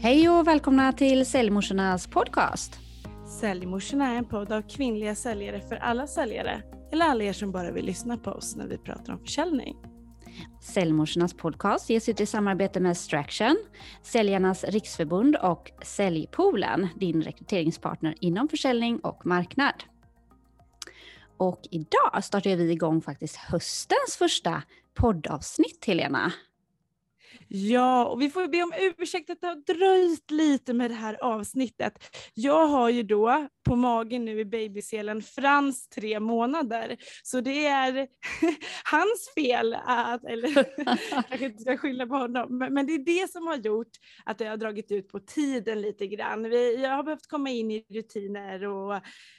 Hej och välkomna till Säljmorsornas podcast. Säljmorsorna är en podd av kvinnliga säljare för alla säljare. Eller alla er som bara vill lyssna på oss när vi pratar om försäljning. Säljmorsornas podcast ges ut i samarbete med Straction, Säljarnas riksförbund och Säljpoolen, din rekryteringspartner inom försäljning och marknad. Och idag startar vi igång faktiskt höstens första poddavsnitt, Helena. Ja, och vi får be om ursäkt att det har dröjt lite med det här avsnittet. Jag har ju då på magen nu i babyselen Frans 3 månader. Så det är hans fel, eller kanske inte ska skylla på honom. Men det är det som har gjort att det har dragit ut på tiden lite grann. Jag har behövt komma in i rutiner och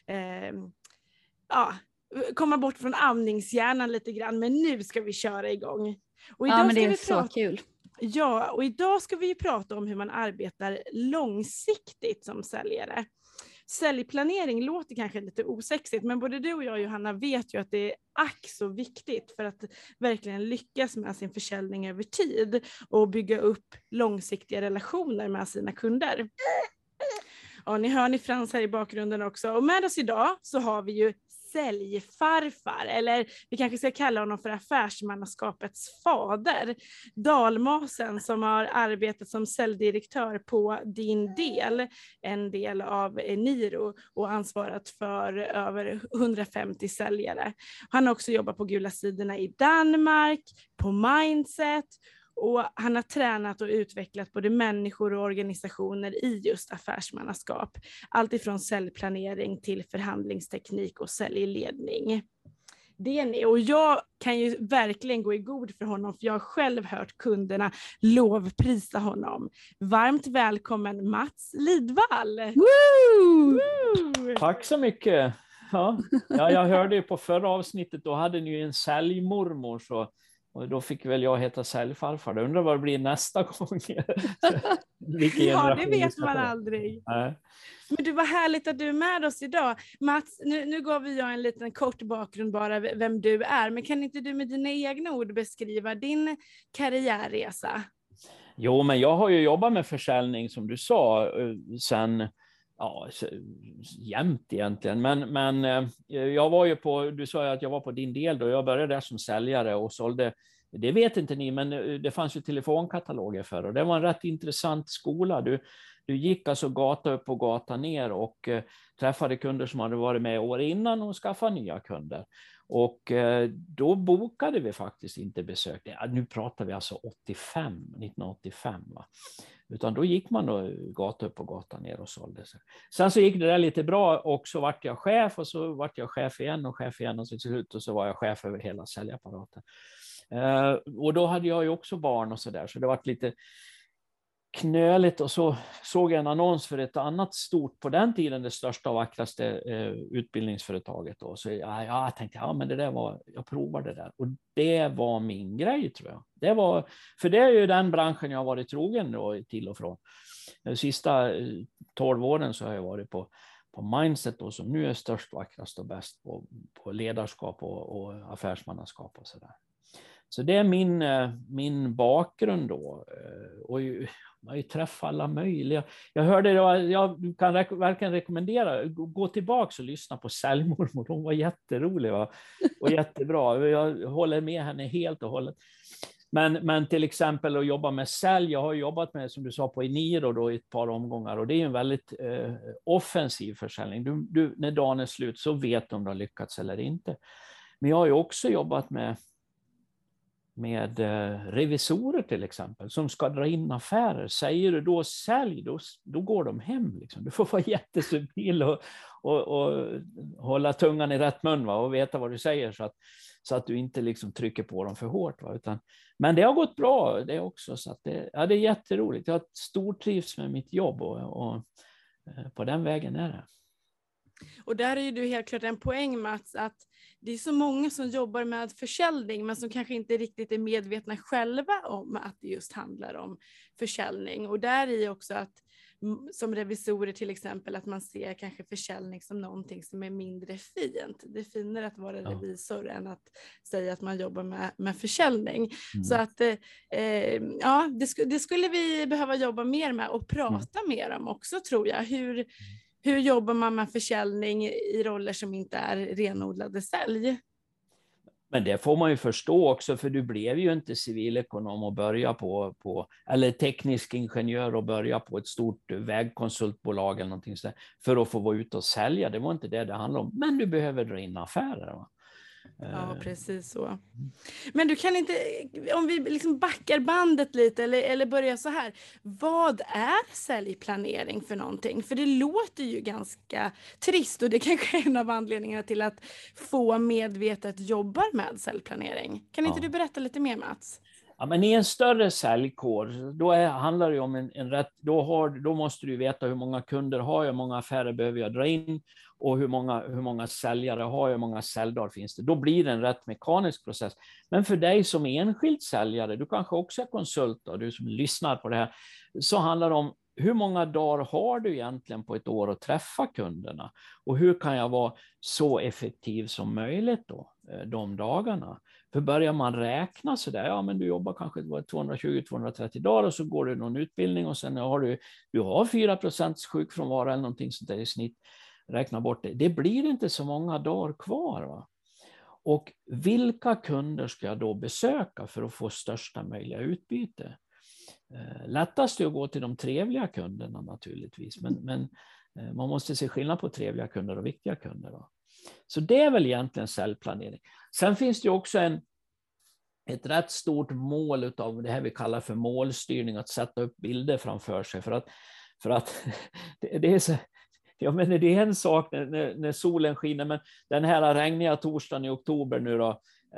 komma bort från amningshjärnan lite grann. Men nu ska vi köra igång. Och idag men det är så kul. Ja, och idag ska vi prata om hur man arbetar långsiktigt som säljare. Säljplanering låter kanske lite osexigt, men både du och jag, Johanna, vet ju att det är ack så viktigt för att verkligen lyckas med sin försäljning över tid och bygga upp långsiktiga relationer med sina kunder. Ja, ni hör Frans här i bakgrunden också. Och med oss idag så har vi ju säljfarfar, eller vi kanske ska kalla honom för affärsmannaskapets fader. Dalmasen som har arbetat som säljdirektör på Din Del, en del av Eniro, och ansvarat för över 150 säljare. Han har också jobbat på Gula sidorna i Danmark, på Mindset, och han har tränat och utvecklat både människor och organisationer i just affärsmannaskap. Allt ifrån säljplanering till förhandlingsteknik och säljledning. Det är ni. Och jag kan ju verkligen gå i god för honom, för jag har själv hört kunderna lovprisa honom. Varmt välkommen Mats Lidvall! Woo! Woo! Tack så mycket! Ja, jag hörde ju på förra avsnittet, då hade ni ju en säljmormor, så och då fick väl jag heta säljfarfar. Jag undrar vad det blir nästa gång. Ja, det vet man aldrig. Nej. Men det var härligt att du är med oss idag. Mats, nu gav jag en liten kort bakgrund bara vem du är. Men kan inte du med dina egna ord beskriva din karriärresa? Jo, men jag har ju jobbat med försäljning som du sa sen jämt egentligen. Men jag var ju du sa ju att jag var på Din Del då. Jag började där som säljare och sålde, det vet inte ni, men det fanns ju telefonkataloger för, och det var en rätt intressant skola. Du gick alltså gata upp och gata ner och träffade kunder som hade varit med år innan och skaffade nya kunder. Och då bokade vi faktiskt inte besök. Nu pratar vi alltså 1985 va. Utan då gick man då gata upp och gata ner och sålde sig. Sen så gick det där lite bra och så vart jag chef, och så vart jag chef igen och så till slut, och så var jag chef över hela säljapparaten. Och då hade jag ju också barn och sådär, så det var lite knöligt, och så såg jag en annons för ett annat stort, på den tiden det största och vackraste utbildningsföretaget då. Så jag tänkte, men jag provade det där, och det var min grej, tror jag. För det är ju den branschen jag har varit trogen då, till och från. De sista 12 åren så har jag varit på Mindset då, som nu är störst, vackrast och bäst på ledarskap och affärsmannaskap och sådär. Så det är min bakgrund då. Och man har ju träffat alla möjliga. Jag hörde, jag kan verkligen rekommendera, gå tillbaka och lyssna på säljmormor. Hon var jätterolig, va? Och jättebra. Jag håller med henne helt och hållet. Men till exempel att jobba med sälj, jag har jobbat med, som du sa, på Eniro då i ett par omgångar, och det är en väldigt offensiv försäljning. När dagen är slut så vet du om du har lyckats eller inte. Men jag har ju också jobbat med revisorer till exempel, som ska dra in affärer. Säger du då sälj, då går de hem. Liksom. Du får vara jättesubtil och hålla tungan i rätt mun, va? Och veta vad du säger, så att du inte liksom trycker på dem för hårt. Va? Men det har gått bra det också. Så att det är jätteroligt. Jag har stortrivs med mitt jobb och på den vägen är det. Och där är ju du helt klart en poäng, Mats, att det är så många som jobbar med försäljning, men som kanske inte riktigt är medvetna själva om att det just handlar om försäljning. Och där är också att som revisorer till exempel, att man ser kanske försäljning som någonting som är mindre fint. Det är finare att vara revisor än att säga att man jobbar med försäljning. Så att det skulle vi behöva jobba mer med och prata mer om också, tror jag. Hur jobbar man med försäljning i roller som inte är renodlade sälj? Men det får man ju förstå också, för du blev ju inte civilekonom och börja på eller teknisk ingenjör och börja på ett stort vägkonsultbolag eller någonting sådär för att få vara ute och sälja. Det var inte det handlade om. Men du behöver dra in affärer. Va? Ja, precis så. Men du kan inte, om vi liksom backar bandet lite eller börjar så här. Vad är säljplanering för någonting? För det låter ju ganska trist och det kanske är en av anledningarna till att få medvetet jobbar med säljplanering. Kan inte du berätta lite mer, Mats? Ja, men i en större säljkår, då handlar det om en rätt, då måste du veta hur många kunder har jag, hur många affärer behöver jag dra in och hur många säljare har jag, hur många säljdagar finns det. Då blir det en rätt mekanisk process. Men för dig som enskild säljare, du kanske också är konsult och du som lyssnar på det här, så handlar det om hur många dagar har du egentligen på ett år att träffa kunderna? Och hur kan jag vara så effektiv som möjligt då, de dagarna? För börjar man räkna så där, ja men du jobbar kanske 220-230 dagar och så går du någon utbildning och sen har du har 4% sjukfrånvaro eller någonting sånt där i snitt, räkna bort det. Det blir inte så många dagar kvar. Va? Och vilka kunder ska jag då besöka för att få största möjliga utbyte? Lättast är att gå till de trevliga kunderna naturligtvis, men man måste se skillnad på trevliga kunder och viktiga kunder. Då. Så det är väl egentligen säljplanering. Sen finns det också ett rätt stort mål av det här vi kallar för målstyrning, att sätta upp bilder framför sig. För att det är så, ja, men det är en sak när solen skiner, men den här regniga torsdagen i oktober nu då,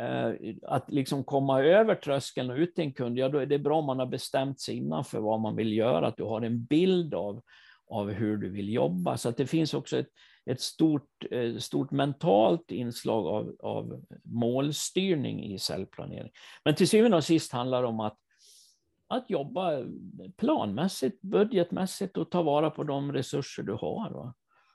att liksom komma över tröskeln och ut till en kund, ja då är det bra om man har bestämt sig innan för vad man vill göra, att du har en bild av hur du vill jobba. Så att det finns också ett stort mentalt inslag av målstyrning i säljplanering. Men till syvende och sist handlar det om att jobba planmässigt, budgetmässigt och ta vara på de resurser du har. Va?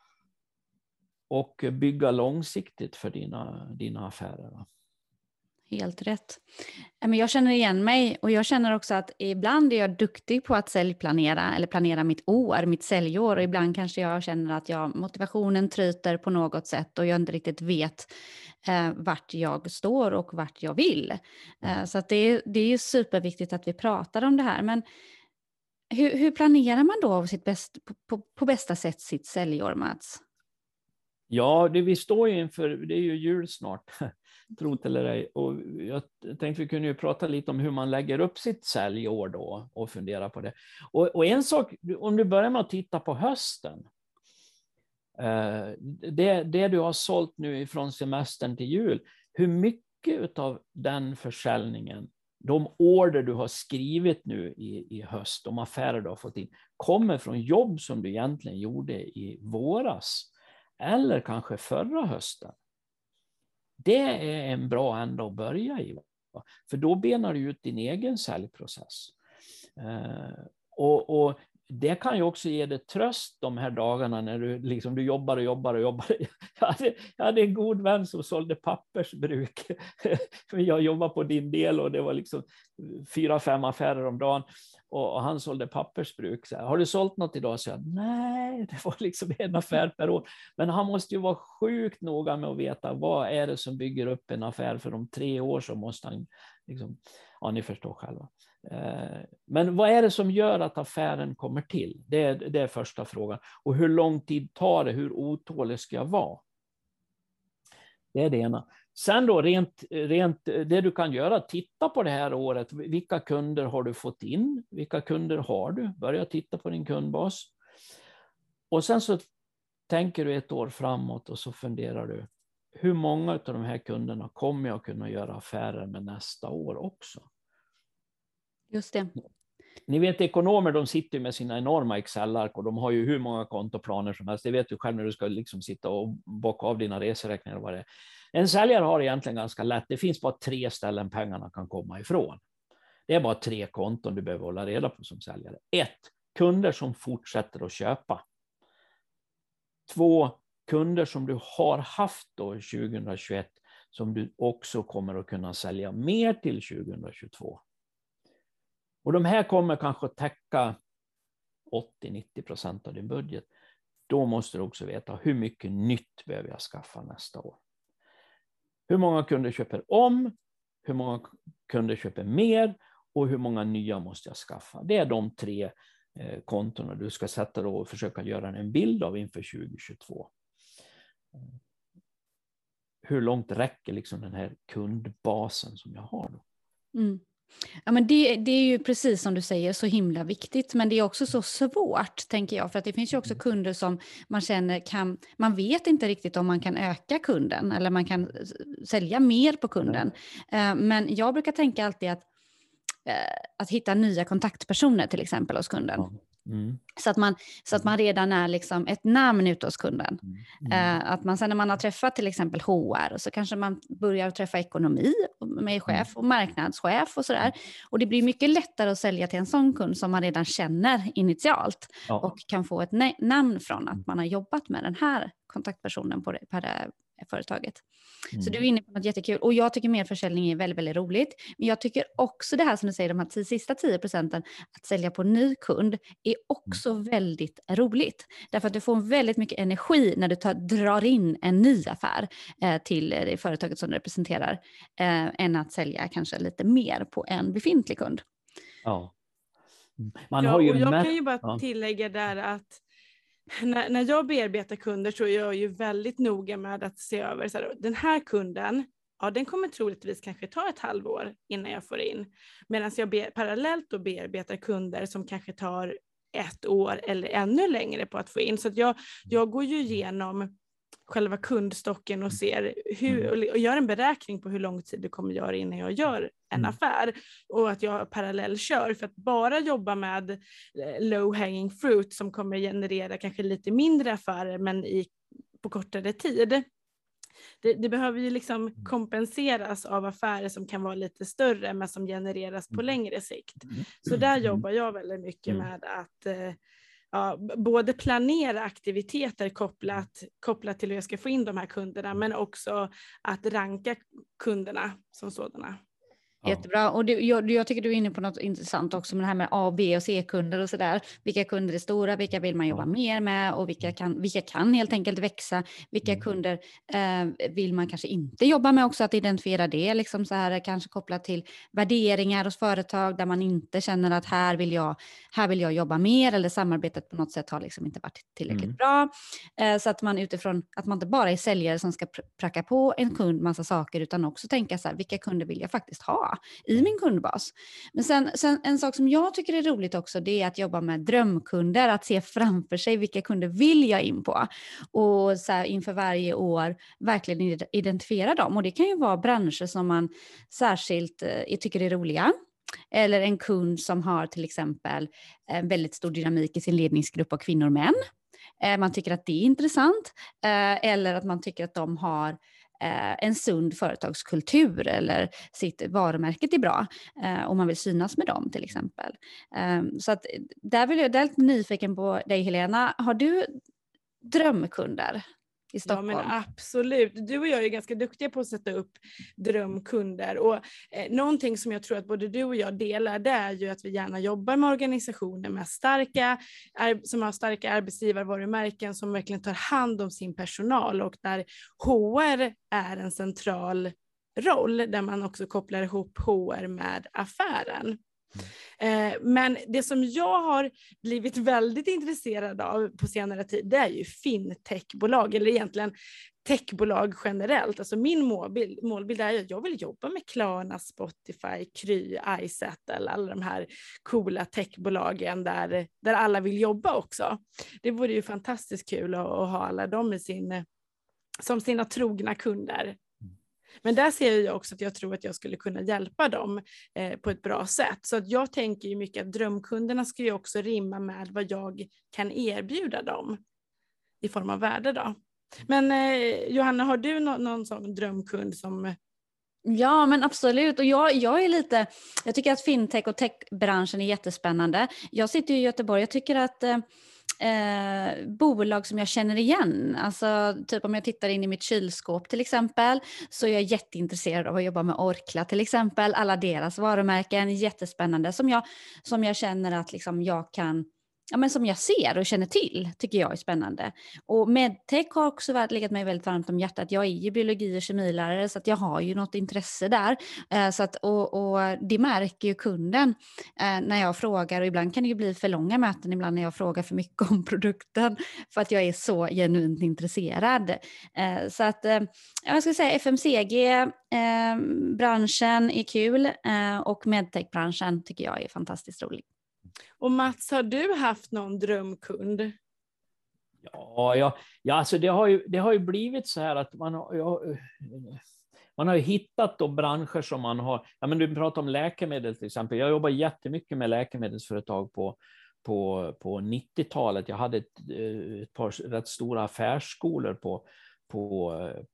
Och bygga långsiktigt för dina affärer. Va? Helt rätt. Men jag känner igen mig och jag känner också att ibland är jag duktig på att säljplanera eller planera mitt säljår, och ibland kanske jag känner att motivationen tryter på något sätt och jag inte riktigt vet vart jag står och vart jag vill. Så att det är superviktigt att vi pratar om det här. Men hur planerar man då på bästa sätt sitt säljår, Mats? Ja, vi står ju inför, det är ju jul snart, tro det eller ej. Och jag tänkte vi kunde ju prata lite om hur man lägger upp sitt säljår då och fundera på det. Och en sak, om du börjar med att titta på hösten. Det du har sålt nu från semestern till jul, hur mycket av den försäljningen, de order du har skrivit nu i höst, de affärer du har fått in, kommer från jobb som du egentligen gjorde i våras? Eller kanske förra hösten. Det är en bra ända att börja i. För då benar du ut din egen säljprocess. Och det kan ju också ge dig tröst de här dagarna när du jobbar. Jag hade en god vän som sålde pappersbruk. Jag jobbade på din del och det var 4-5 affärer om dagen. Och han sålde pappersbruk. Så här, har du sålt något idag? Så jag, nej, det var en affär per år. Men han måste ju vara sjukt noga med att veta vad är det som bygger upp en affär. För om 3 år så måste han, ja ni förstår själva. Men vad är det som gör att affären kommer till? Det är första frågan. Och hur lång tid tar det? Hur otålig ska jag vara? Det är det ena. Sen då rent det du kan göra, titta på det här året. Vilka kunder har du fått in? Vilka kunder har du? Börja titta på din kundbas. Och sen så tänker du ett år framåt och så funderar du. Hur många av de här kunderna kommer jag kunna göra affärer med nästa år också? Just det. Ni vet ekonomer, de sitter med sina enorma Excel-ark och de har ju hur många kontoplaner som helst. Det vet du själv när du ska sitta och bocka av dina reseräkningar och vad det är. En säljare har egentligen ganska lätt. Det finns bara 3 ställen pengarna kan komma ifrån. Det är bara 3 konton du behöver hålla reda på som säljare. 1. kunder som fortsätter att köpa. 2, kunder som du har haft då 2021 som du också kommer att kunna sälja mer till 2022. Och de här kommer kanske att täcka 80-90% av din budget. Då måste du också veta hur mycket nytt behöver jag skaffa nästa år. Hur många kunder köper om, hur många kunder köper mer och hur många nya måste jag skaffa. Det är de 3 kontona du ska sätta då och försöka göra en bild av inför 2022. Hur långt räcker liksom den här kundbasen som jag har då? Mm. Ja, men det är ju precis som du säger så himla viktigt, men det är också så svårt, tänker jag, för att det finns ju också kunder som man känner man vet inte riktigt om man kan öka kunden eller man kan sälja mer på kunden. Men jag brukar tänka alltid att hitta nya kontaktpersoner till exempel hos kunden. Mm. Så att man redan är liksom ett namn ute hos kunden. Att man sen när man har träffat till exempel HR så kanske man börjar träffa ekonomi med chef och marknadschef och sådär. Och det blir mycket lättare att sälja till en sån kund som man redan känner initialt och kan få ett namn från att man har jobbat med den här kontaktpersonen på det företaget. Så du är inne på något jättekul. Och jag tycker merförsäljning är väldigt, väldigt roligt. Men jag tycker också det här som du säger, de här sista 10% att sälja på ny kund är också väldigt roligt. Därför att du får väldigt mycket energi när du drar in en ny affär till det företaget som du representerar än att sälja kanske lite mer på en befintlig kund. Ja. Jag kan ju bara tillägga där att när jag bearbetar kunder så är jag ju väldigt noga med att se över så här, den här kunden, den kommer troligtvis kanske ta ett halvår innan jag får in. Medan jag parallellt då bearbetar kunder som kanske tar 1 år eller ännu längre på att få in. Så att jag går ju igenom själva kundstocken och ser och gör en beräkning på hur lång tid det kommer göra innan jag gör en affär, och att jag parallell kör, för att bara jobba med low hanging fruit som kommer generera kanske lite mindre affärer men på kortare tid. Det behöver ju liksom kompenseras av affärer som kan vara lite större men som genereras på längre sikt. Så där jobbar jag väldigt mycket med att både planera aktiviteter kopplat till hur jag ska få in de här kunderna, men också att ranka kunderna som sådana. Jättebra. Och jag tycker du är inne på något intressant också med det här med A, B och C-kunder och sådär. Vilka kunder är stora, vilka vill man jobba mer med och vilka kan helt enkelt växa. Vilka kunder vill man kanske inte jobba med också, att identifiera det liksom så här, kanske kopplat till värderingar hos företag där man inte känner att här vill jag jobba mer, eller samarbetet på något sätt har liksom inte varit tillräckligt bra. Så att man utifrån att man inte bara är säljare som ska pracka på en kund massa saker, utan också tänka så här, vilka kunder vill jag faktiskt ha i min kundbas. Men sen en sak som jag tycker är roligt också, det är att jobba med drömkunder, att se framför sig vilka kunder vill jag in på, och så här, inför varje år verkligen identifiera dem. Och det kan ju vara branscher som man särskilt tycker är roliga, eller en kund som har till exempel en väldigt stor dynamik i sin ledningsgrupp av kvinnor och män. Man tycker att det är intressant, eller att man tycker att de har en sund företagskultur, eller sitt varumärket är bra om man vill synas med dem till exempel. Så att där är jag lite nyfiken på dig, Helena. Har du drömkunder i Stockholm? Ja, men absolut. Du och jag är ganska duktiga på att sätta upp drömkunder, och någonting som jag tror att både du och jag delar, det är ju att vi gärna jobbar med organisationer med som har starka arbetsgivarvarumärken, som verkligen tar hand om sin personal, och där HR är en central roll, där man också kopplar ihop HR med affären. Men det som jag har blivit väldigt intresserad av på senare tid, det är ju fintechbolag, eller egentligen techbolag generellt. Alltså min målbild är att jag vill jobba med Klarna, Spotify, Kry, iSettle, alla de här coola techbolagen där alla vill jobba också. Det vore ju fantastiskt kul att ha alla dem som sina trogna kunder. Men där ser jag också att jag tror att jag skulle kunna hjälpa dem på ett bra sätt. Så att jag tänker ju mycket att drömkunderna ska ju också rimma med vad jag kan erbjuda dem i form av värde då. Men Johanna, har du någon sån drömkund som Ja, men absolut. Och jag är lite, jag tycker att fintech och techbranschen är jättespännande. Jag sitter i Göteborg, jag tycker att bolag som jag känner igen, alltså typ om jag tittar in i mitt kylskåp till exempel, så är jag jätteintresserad av att jobba med Orkla till exempel, alla deras varumärken, jättespännande, som jag känner att liksom jag kan, ja, men som jag ser och känner till, tycker jag är spännande. Och medtech har också legat mig väldigt varmt om hjärtat. Jag är ju biologi- och kemilärare, så att jag har ju något intresse där. Så att, och det märker ju kunden när jag frågar, och ibland kan det ju bli för långa möten ibland när jag frågar för mycket om produkten, för att jag är så genuint intresserad. Så att jag ska säga FMCG-branschen är kul, och medtech-branschen tycker jag är fantastiskt rolig. Och Mats, har du haft någon drömkund? Ja, alltså det har ju blivit så här att man har ju hittat då branscher som man har, ja, men du pratar om läkemedel till exempel. Jag jobbar jättemycket med läkemedelsföretag på 90-talet. Jag hade ett par rätt stora affärsskolor på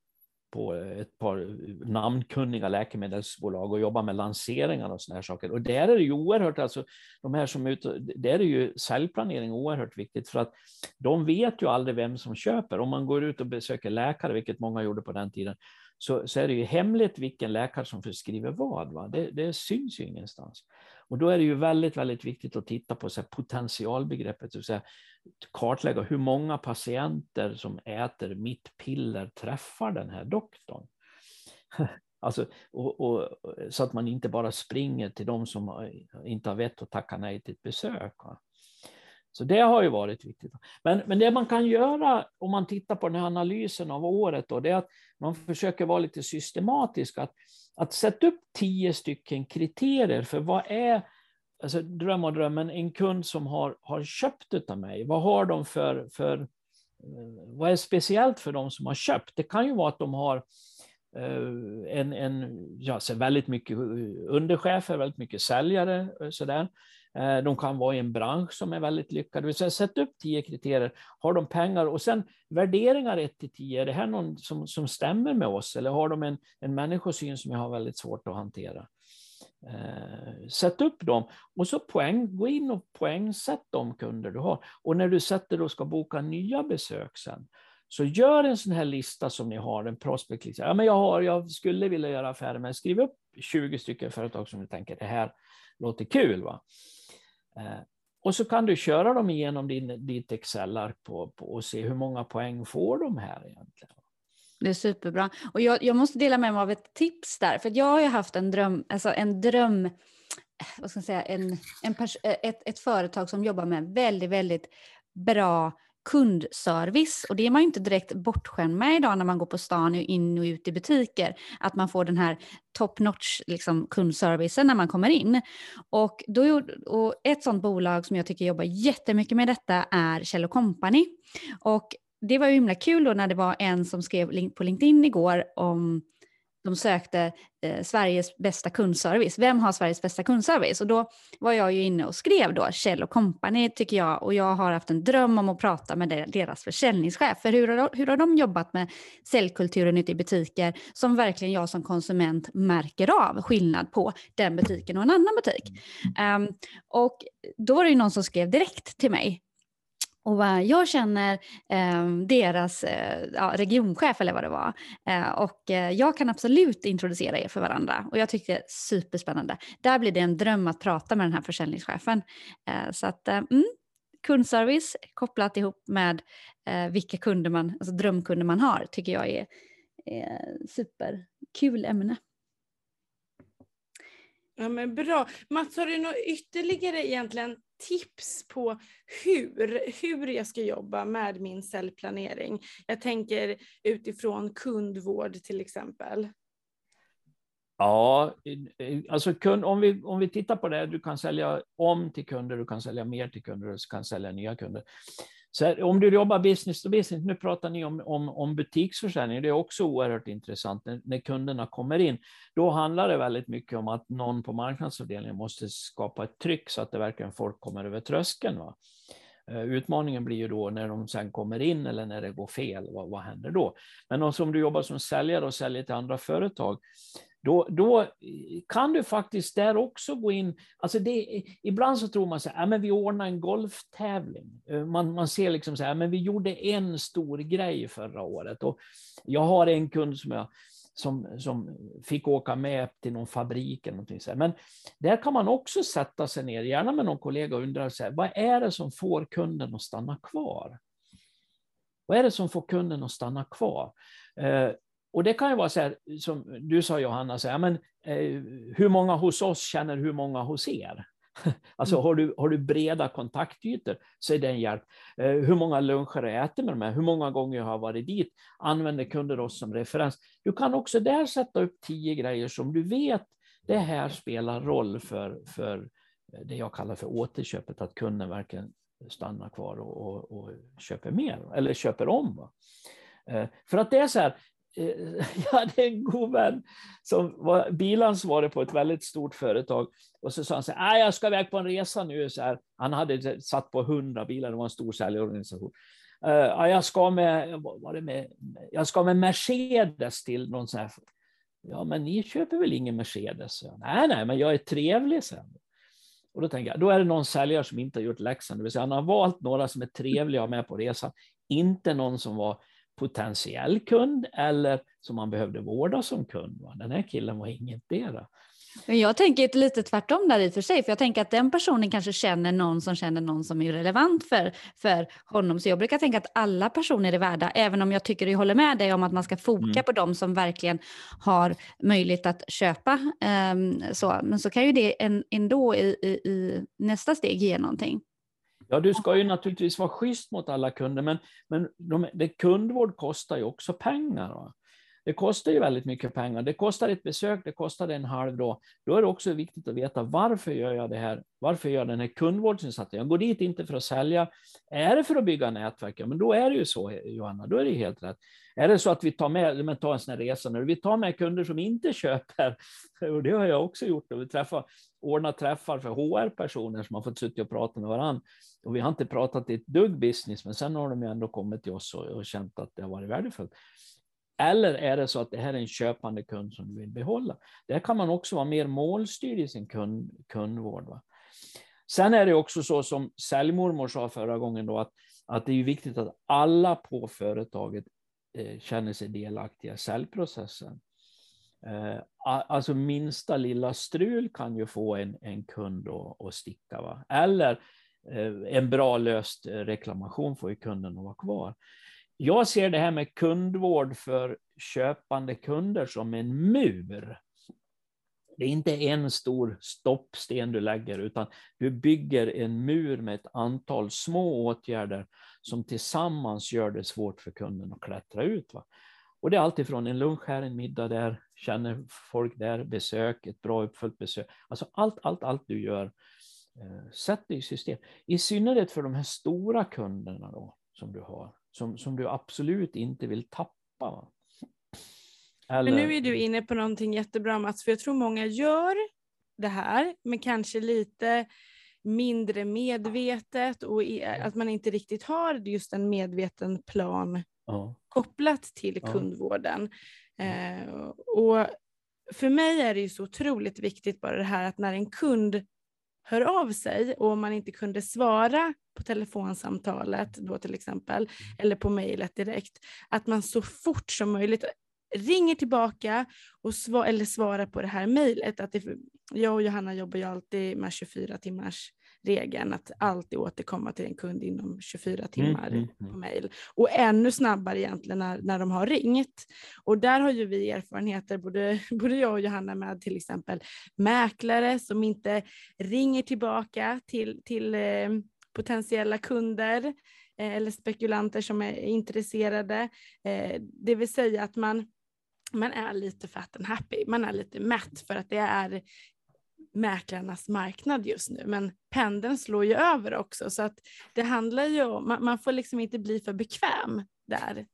ett par namnkunniga läkemedelsbolag och jobba med lanseringar och såna här saker. Och där är det ju oerhört, alltså de här som där är ju säljplanering oerhört viktigt, för att de vet ju aldrig vem som köper. Om man går ut och besöker läkare, vilket många gjorde på den tiden, så är det ju hemligt vilken läkare som förskriver vad. Va? Det syns ju ingenstans. Och då är det ju väldigt, väldigt viktigt att titta på så här, potentialbegreppet, så att kartlägga hur många patienter som äter mitt piller träffar den här doktorn. Alltså, så att man inte bara springer till de som inte har vett att tacka nej till ett besök. Va? Så det har ju varit viktigt. Men det man kan göra om man tittar på den här analysen av året då, det är att man försöker vara lite systematisk. Att sätta upp 10 stycken kriterier för vad är, alltså drömmen, en kund som har köpt av mig. Vad har de för vad är speciellt för de som har köpt? Det kan ju vara att de har så väldigt mycket underchefer, väldigt mycket säljare, sådär. De kan vara i en bransch som är väldigt lyckad. Sätt upp 10 kriterier. Har de pengar? Och sen värderingar 1-10. Är det här någon som stämmer med oss? Eller har de en människosyn som jag har väldigt svårt att hantera? Sätt upp dem. Och så gå in och poängsätt de kunder du har. Och när du sätter och ska boka nya besök sen, så gör en sån här lista som ni har, en prospektlista. Ja, men jag skulle vilja göra affärer med. Skriv upp 20 stycken företag som du tänker, det här låter kul, va? Och så kan du köra dem igenom ditt Excel-ark och se hur många poäng får de här egentligen. Det är superbra. Och jag måste dela med mig av ett tips där. För jag har ju haft en dröm, vad ska jag säga, ett företag som jobbar med väldigt, väldigt bra kundservice. Och det är man ju inte direkt bortskämd med idag när man går på stan och in och ut i butiker. Att man får den här top notch liksom, kundservicen när man kommer in. Och ett sånt bolag som jag tycker jobbar jättemycket med detta är Kjell & Company. Och det var ju himla kul då när det var en som skrev på LinkedIn igår om de sökte Sveriges bästa kundservice. Vem har Sveriges bästa kundservice? Och då var jag ju inne och skrev då Kjell & Company tycker jag. Och jag har haft en dröm om att prata med deras försäljningschef. För hur har de jobbat med säljkulturen ute i butiker som verkligen jag som konsument märker av skillnad på den butiken och en annan butik. Och då var det ju någon som skrev direkt till mig. Och jag känner deras regionchef eller vad det var. Och jag kan absolut introducera er för varandra. Och jag tyckte det är superspännande. Där blir det en dröm att prata med den här försäljningschefen. Så att kundservice kopplat ihop med vilka kunder alltså drömkunder man har tycker jag är superkul ämne. Ja, men bra. Mats, har du något ytterligare egentligen tips på hur jag ska jobba med min säljplanering? Jag tänker utifrån kundvård till exempel. Ja, alltså om vi tittar på det, du kan sälja om till kunder, du kan sälja mer till kunder, du kan sälja nya kunder. Så om du jobbar business to business, nu pratar ni om butiksförsäljning, det är också oerhört intressant när kunderna kommer in. Då handlar det väldigt mycket om att någon på marknadsavdelningen måste skapa ett tryck så att det verkligen folk kommer över tröskeln. Va? Utmaningen blir ju då när de sen kommer in eller när det går fel, vad händer då? Men om du jobbar som säljare och säljer till andra företag, då kan du faktiskt där också gå in. Alltså ibland så tror man så här, men vi ordnar en golftävling. Man ser liksom så här, men vi gjorde en stor grej förra året. Och jag har en kund som fick åka med till någon fabrik eller någonting så här. Men där kan man också sätta sig ner, gärna med någon kollega, och undra så här, vad är det som får kunden att stanna kvar? Vad är det som får kunden att stanna kvar? Och det kan ju vara så här, som du sa Johanna, så här, men, hur många hos oss känner hur många hos er? Alltså har du breda kontaktytor så är det en hjälp. Hur många luncher jag äter med dem här? Hur många gånger jag har varit dit? Använder kunder oss som referens? Du kan också där sätta upp 10 grejer som du vet, det här spelar roll för det jag kallar för återköpet, att kunden verkligen stannar kvar och köper mer eller köper om. Va? För att det är så här, jag hade en god vän som var bilansvarig på ett väldigt stort företag, och så sa han så här, jag ska iväg på en resa nu. Så här, han hade satt på 100 bilar, det var en stor säljorganisation. Jag ska med Mercedes till någon sån här. Ja, men ni köper väl ingen Mercedes? Nej, men jag är trevlig sen. Och då tänker jag, då är det någon säljare som inte har gjort läxan. Det vill säga, han har valt några som är trevliga med på resan. Inte någon som var potentiell kund eller som man behövde vårda som kund. Va? Den här killen var ingetdera. Men jag tänker lite tvärtom där i för sig. För jag tänker att den personen kanske känner någon som är relevant för honom. Så jag brukar tänka att alla personer är värda. Även om jag tycker jag håller med dig om att man ska foka på dem som verkligen har möjlighet att köpa. Men så kan ju det ändå i nästa steg ge någonting. Ja, du ska ju naturligtvis vara schysst mot alla kunder. Men kundvård kostar ju också pengar. Va? Det kostar ju väldigt mycket pengar. Det kostar ett besök, det kostar en halv dag. Då är det också viktigt att veta, varför gör jag det här? Varför gör jag den här kundvårdsinsatsen? Jag går dit inte för att sälja. Är det för att bygga nätverk? Ja, men då är det ju så, Johanna. Då är det helt rätt. Är det så att vi tar en sån här resa nu, vi tar med kunder som inte köper, och det har jag också gjort. Och vi ordnar träffar för HR-personer som har fått sitta och prata med varandra. Och vi har inte pratat ett dugg business, men sen har de ju ändå kommit till oss och känt att det har varit värdefullt. Eller är det så att det här är en köpande kund som du vill behålla? Där kan man också vara mer målstyrd i sin kundvård. Va? Sen är det också så som säljmormor sa förra gången då, att det är viktigt att alla på företaget känner sig delaktiga i säljprocessen. Alltså minsta lilla strul kan ju få en kund att sticka. Va? Eller en bra löst reklamation får ju kunden att vara kvar. Jag ser det här med kundvård för köpande kunder som en mur. Det är inte en stor stoppsten du lägger, utan du bygger en mur med ett antal små åtgärder som tillsammans gör det svårt för kunden att klättra ut. Va? Och det är alltid från en lunch här, en middag där, känner folk där, besök, ett bra uppföljt besök. Alltså allt du gör, sätt det i system. I synnerhet för de här stora kunderna då, som du har. Som du absolut inte vill tappa. Va? Eller... Men nu är du inne på någonting jättebra, Mats, för jag tror många gör det här, men kanske lite mindre medvetet, och att man inte riktigt har just en medveten plan kopplat till kundvården. Och för mig är det ju så otroligt viktigt bara det här att när en kund hör av sig och om man inte kunde svara på telefonsamtalet då till exempel, eller på mejlet direkt, att man så fort som möjligt ringer tillbaka och svarar på det här mejlet. Jag och Johanna jobbar ju alltid med 24 timmars regeln, att alltid återkomma till en kund inom 24 timmar på mejl. Och ännu snabbare egentligen när de har ringt. Och där har ju vi erfarenheter, både jag och Johanna, med till exempel mäklare som inte ringer tillbaka till potentiella kunder eller spekulanter som är intresserade. Det vill säga att man är lite fat and happy. Man är lite mätt för att det är mäklarnas marknad just nu. Men pendeln slår ju över också. Så att det handlar ju om, man får liksom inte bli för bekväm där.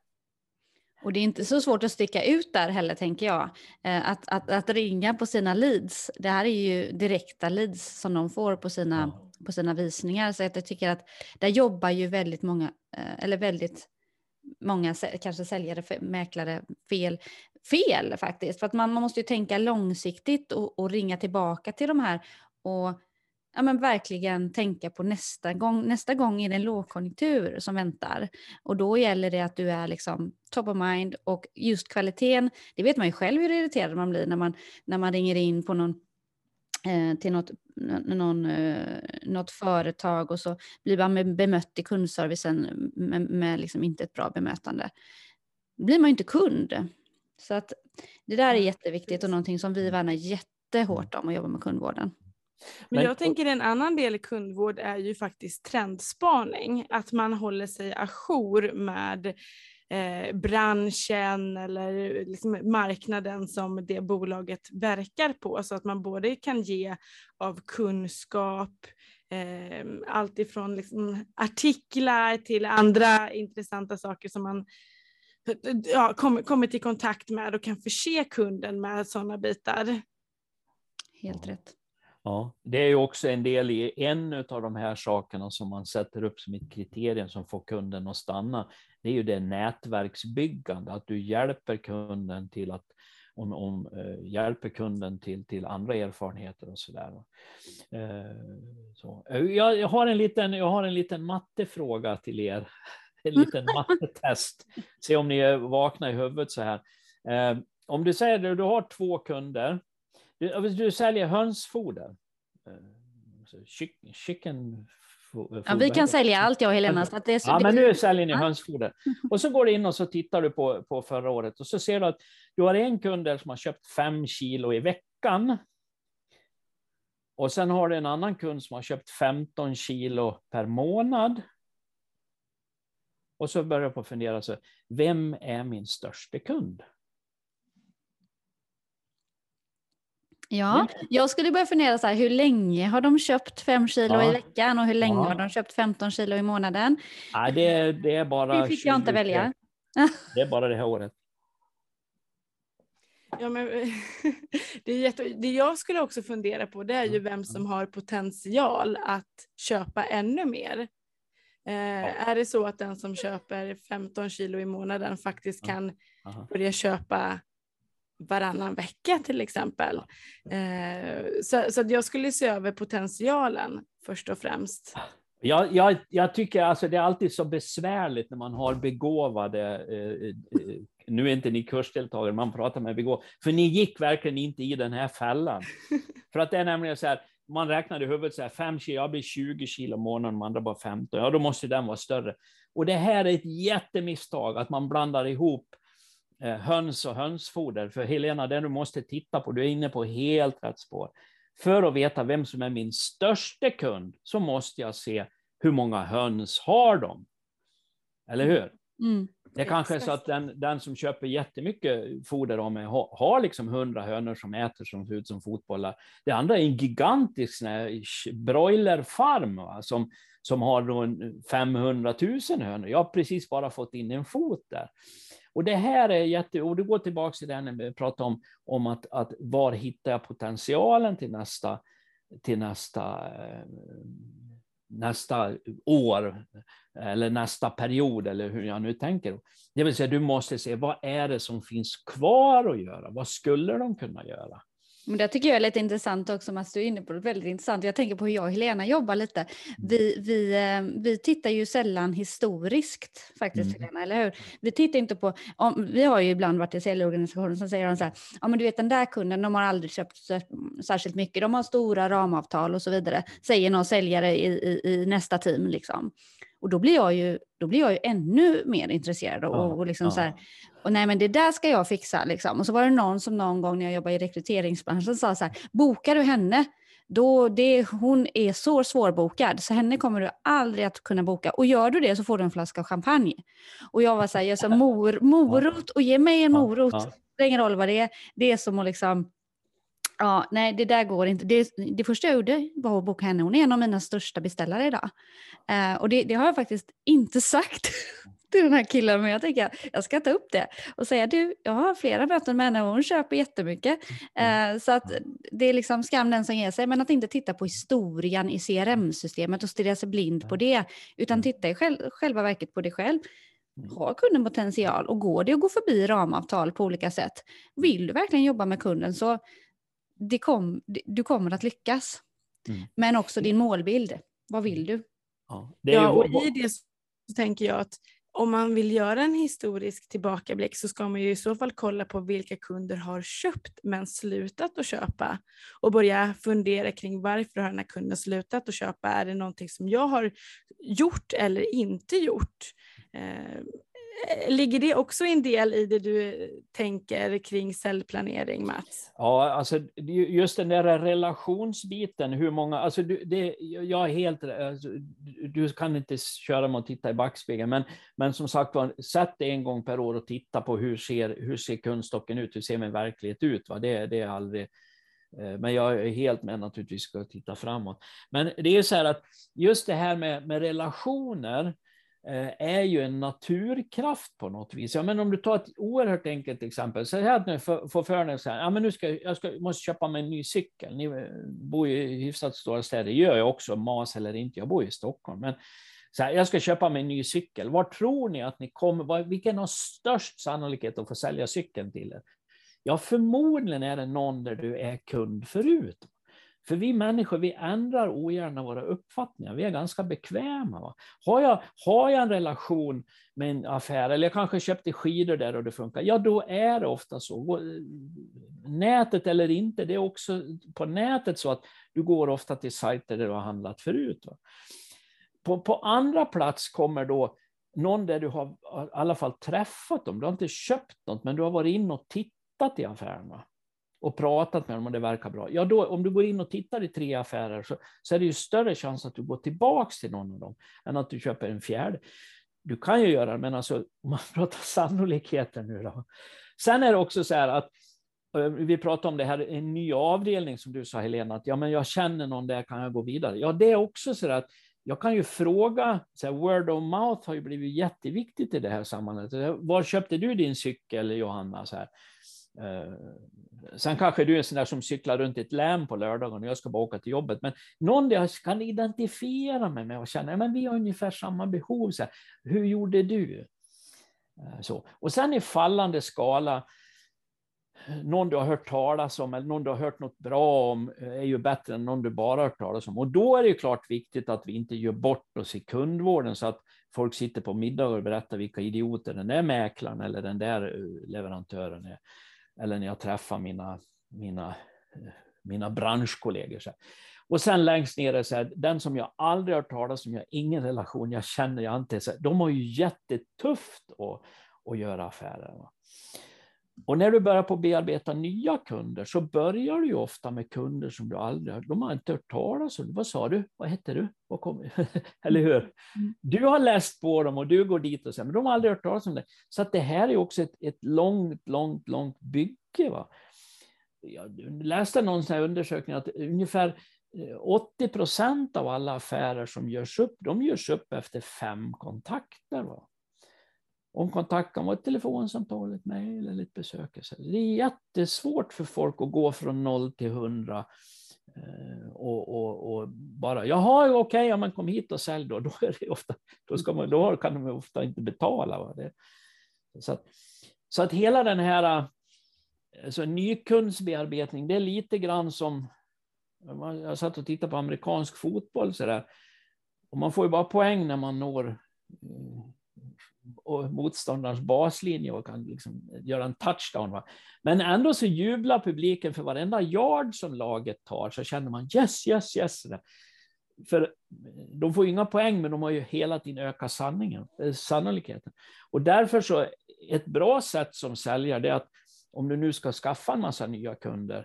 Och det är inte så svårt att sticka ut där heller, tänker jag. Att ringa på sina leads. Det här är ju direkta leads som de får på sina visningar. Så att jag tycker att där jobbar ju väldigt många, eller väldigt många kanske säljare, mäklare fel faktiskt. För att man måste ju tänka långsiktigt och ringa tillbaka till de här och men verkligen tänka på nästa gång är det en lågkonjunktur som väntar. Och då gäller det att du är liksom top of mind, och just kvaliteten, det vet man ju själv hur irriterad man blir när man ringer in på till något företag och så blir man bemött i kundservicen med liksom inte ett bra bemötande. Då blir man ju inte kund. Så att det där är jätteviktigt och någonting som vi värnar jättehårt om att jobba med kundvården. Men jag tänker en annan del i kundvård är ju faktiskt trendspaning. Att man håller sig ajour med branschen eller liksom marknaden som det bolaget verkar på. Så att man både kan ge av kunskap, allt ifrån liksom artiklar till andra intressanta saker som man kommit i kontakt med och kan förse kunden med sådana bitar. Helt rätt. Ja, det är ju också en del i en av de här sakerna som man sätter upp som ett kriterium som får kunden att stanna. Det är ju det nätverksbyggande, att du hjälper kunden till att hjälper kunden till andra erfarenheter och sådär. Så. Jag har en liten mattefråga till er. En liten mattetest. Se om ni är vakna i huvudet så här. Om du säger att du har 2 kunder. Du säljer hönsfoder. Chicken food. Ja, vi kan sälja allt, jag och Helena. Så att det är så, men nu säljer ni hönsfoder. Och så går du in och så tittar du på förra året. Och så ser du att du har en kund där som har köpt 5 kilo i veckan. Och sen har du en annan kund som har köpt 15 kilo per månad. Och så börjar jag på att fundera så, vem är min största kund? Ja, jag skulle börja fundera så här, hur länge har de köpt 5 kilo i veckan och hur länge har de köpt 15 kilo i månaden? Ja, det är bara... Det fick jag inte välja. Det är bara det här året. Ja, men det jag skulle också fundera på, det är ju vem som har potential att köpa ännu mer. Är det så att den som köper 15 kilo i månaden faktiskt kan börja köpa varannan vecka till exempel. Så jag skulle se över potentialen först och främst. Jag tycker alltså det är alltid så besvärligt när man har begåvade, nu är inte ni kursdeltagare, man pratar med begåvade, för ni gick verkligen inte i den här fällan. För att det är nämligen så här, man räknar i huvudet så här, 5 kilo, jag blir 20 kilo i månaden, de andra bara 15, ja då måste den vara större. Och det här är ett jättemisstag, att man blandar ihop höns och hönsfoder. För Helena, det du måste titta på, du är inne på helt rätt spår. För att veta vem som är min största kund så måste jag se hur många höns har de. Eller hur? Mm. Det kanske är så att den som köper jättemycket foder av mig har liksom 100 hönor som äter som ser ut som fotbollar. Det andra är en gigantisk broilerfarm, va, som har 500 000 hönor. Jag har precis bara fått in en fot där. Och det här är och det går tillbaka till det när vi pratar om att var hittar jag potentialen till nästa år eller nästa period eller hur jag nu tänker. Det vill säga du måste se vad är det som finns kvar att göra? Vad skulle de kunna göra? Men det tycker jag är lite intressant också, Mats, du är inne på det, väldigt intressant. Jag tänker på hur jag och Helena jobbar lite. Vi tittar ju sällan historiskt faktiskt, Helena, eller hur? Vi tittar inte på, vi har ju ibland varit i säljorganisationer som säger så här, ja men du vet den där kunden, de har aldrig köpt särskilt mycket, de har stora ramavtal och så vidare, säger någon säljare i nästa team liksom. Och då blir jag ju ännu mer intresserad och liksom så här, och nej men det där ska jag fixa liksom. Och så var det någon som någon gång när jag jobbade i rekryteringsbranschen sa så här, bokar du henne, hon är så svårbokad så henne kommer du aldrig att kunna boka, och gör du det så får du en flaska champagne. Och jag var så här, jag sa morot och ge mig en morot, det är ingen roll vad det är som att liksom, ja, nej det där går inte. Det första jag gjorde var att boka henne. Hon är en av mina största beställare idag. Och det har jag faktiskt inte sagt till den här killen. Men jag tänker jag ska ta upp det och säga du, jag har flera möten med henne och hon köper jättemycket. Så att det är liksom skam den som ger sig. Men att inte titta på historien i CRM-systemet och stirra sig blind på det. Utan titta i själva verket på det själv. Har kunden potential och går det att gå förbi ramavtal på olika sätt? Vill du verkligen jobba med kunden så du kommer att lyckas. Men också din målbild. Vad vill du? Och i det så tänker jag att om man vill göra en historisk tillbakablick så ska man ju i så fall kolla på vilka kunder har köpt men slutat att köpa och börja fundera kring varför har den här kunden slutat att köpa. Är det någonting som jag har gjort eller inte gjort? Ligger det också en del i det du tänker kring säljplanering, Mats? Ja, alltså just den där relationsbiten, hur många, alltså jag är helt, alltså, du kan inte köra med att titta i backspegeln, men som sagt var, sätt det en gång per år och titta på hur ser kundstocken ut, hur ser min verklighet ut, va? Det är aldrig, men jag är helt med naturligtvis ska titta framåt. Men det är så här att just det här med relationer är ju en naturkraft på något vis. Ja, men om du tar ett oerhört enkelt exempel, så här att nu får föraren så här, ja, men måste köpa mig en ny cykel. Ni bor ju i hyfsat stora städer, det gör jag också, mas eller inte, jag bor i Stockholm. Men så här, jag ska köpa mig en ny cykel. Var tror ni att ni kommer, vilken har störst sannolikhet att få sälja cykeln till er? Ja, förmodligen är det någon där du är kund förut. För vi människor, vi ändrar ogärna våra uppfattningar. Vi är ganska bekväma. Va? Har jag en relation med en affär, eller jag kanske köpte skidor där och det funkar, ja då är det ofta så. Nätet eller inte, det är också på nätet så att du går ofta till sajter där du har handlat förut. Va? På andra plats kommer då någon där du har i alla fall träffat dem. Du har inte köpt något, men du har varit in och tittat i affären. Va? Och pratat med dem och det verkar bra. Ja, då, om du går in och tittar i 3 affärer så är det ju större chans att du går tillbaka till någon av dem än att du köper en fjärde. Du kan ju göra det, men alltså, om man pratar sannolikheten nu då. Sen är det också så här att vi pratar om det här, en ny avdelning som du sa, Helena, att ja, men jag känner någon där, kan jag gå vidare? Ja, det är också så att jag kan ju fråga, så här, word of mouth har ju blivit jätteviktigt i det här sammanhanget. Var köpte du din cykel, Johanna? Så här. Sen kanske du är en sån där som cyklar runt i ett län på lördagen och jag ska bara åka till jobbet, men någon där kan identifiera mig med och känna, men vi har ungefär samma behov, så här, hur gjorde du? Så. Och sen i fallande skala, någon du har hört talas om eller någon du har hört något bra om är ju bättre än någon du bara har hört talas om. Och då är det ju klart viktigt att vi inte gör bort oss i kundvården så att folk sitter på middag och berättar vilka idioter den där mäklaren eller den där leverantören är. Eller när jag träffar mina branschkollegor. Så här. Och sen längst ner är så här, den som jag aldrig har talat om, jag har ingen relation, jag känner jag inte. Så här, de har ju jättetufft att göra affärer. Va? Och när du börjar på att bearbeta nya kunder så börjar du ju ofta med kunder som du aldrig har, de har inte hört talas om. Vad sa du? Vad heter du? Eller hur? Du har läst på dem och du går dit och säger, men de har aldrig hört talas om det. Så att det här är också ett långt bygge. Va? Jag läste någon sån här undersökning att ungefär 80% av alla affärer som görs upp, de görs upp efter 5 kontakter. Va? Om kontakt kan vara ett telefonsamtal, ett mejl eller ett besök. Det är jättesvårt för folk att gå från 0 till 100 och bara, jaha, okej, ja, men kom hit och sälj då. Då kan de ofta inte betala. Va? Så att hela den här alltså, nykundsbearbetning, det är lite grann som, jag satt och tittade på amerikansk fotboll så där, och man får ju bara poäng när man når och motståndarens baslinje och kan liksom göra en touchdown. Va? Men ändå så jublar publiken för varenda yard som laget tar, så känner man yes. För de får inga poäng, men de har ju hela tiden ökat sannolikheten. Och därför så ett bra sätt som säljare, det är att om du nu ska skaffa en massa nya kunder,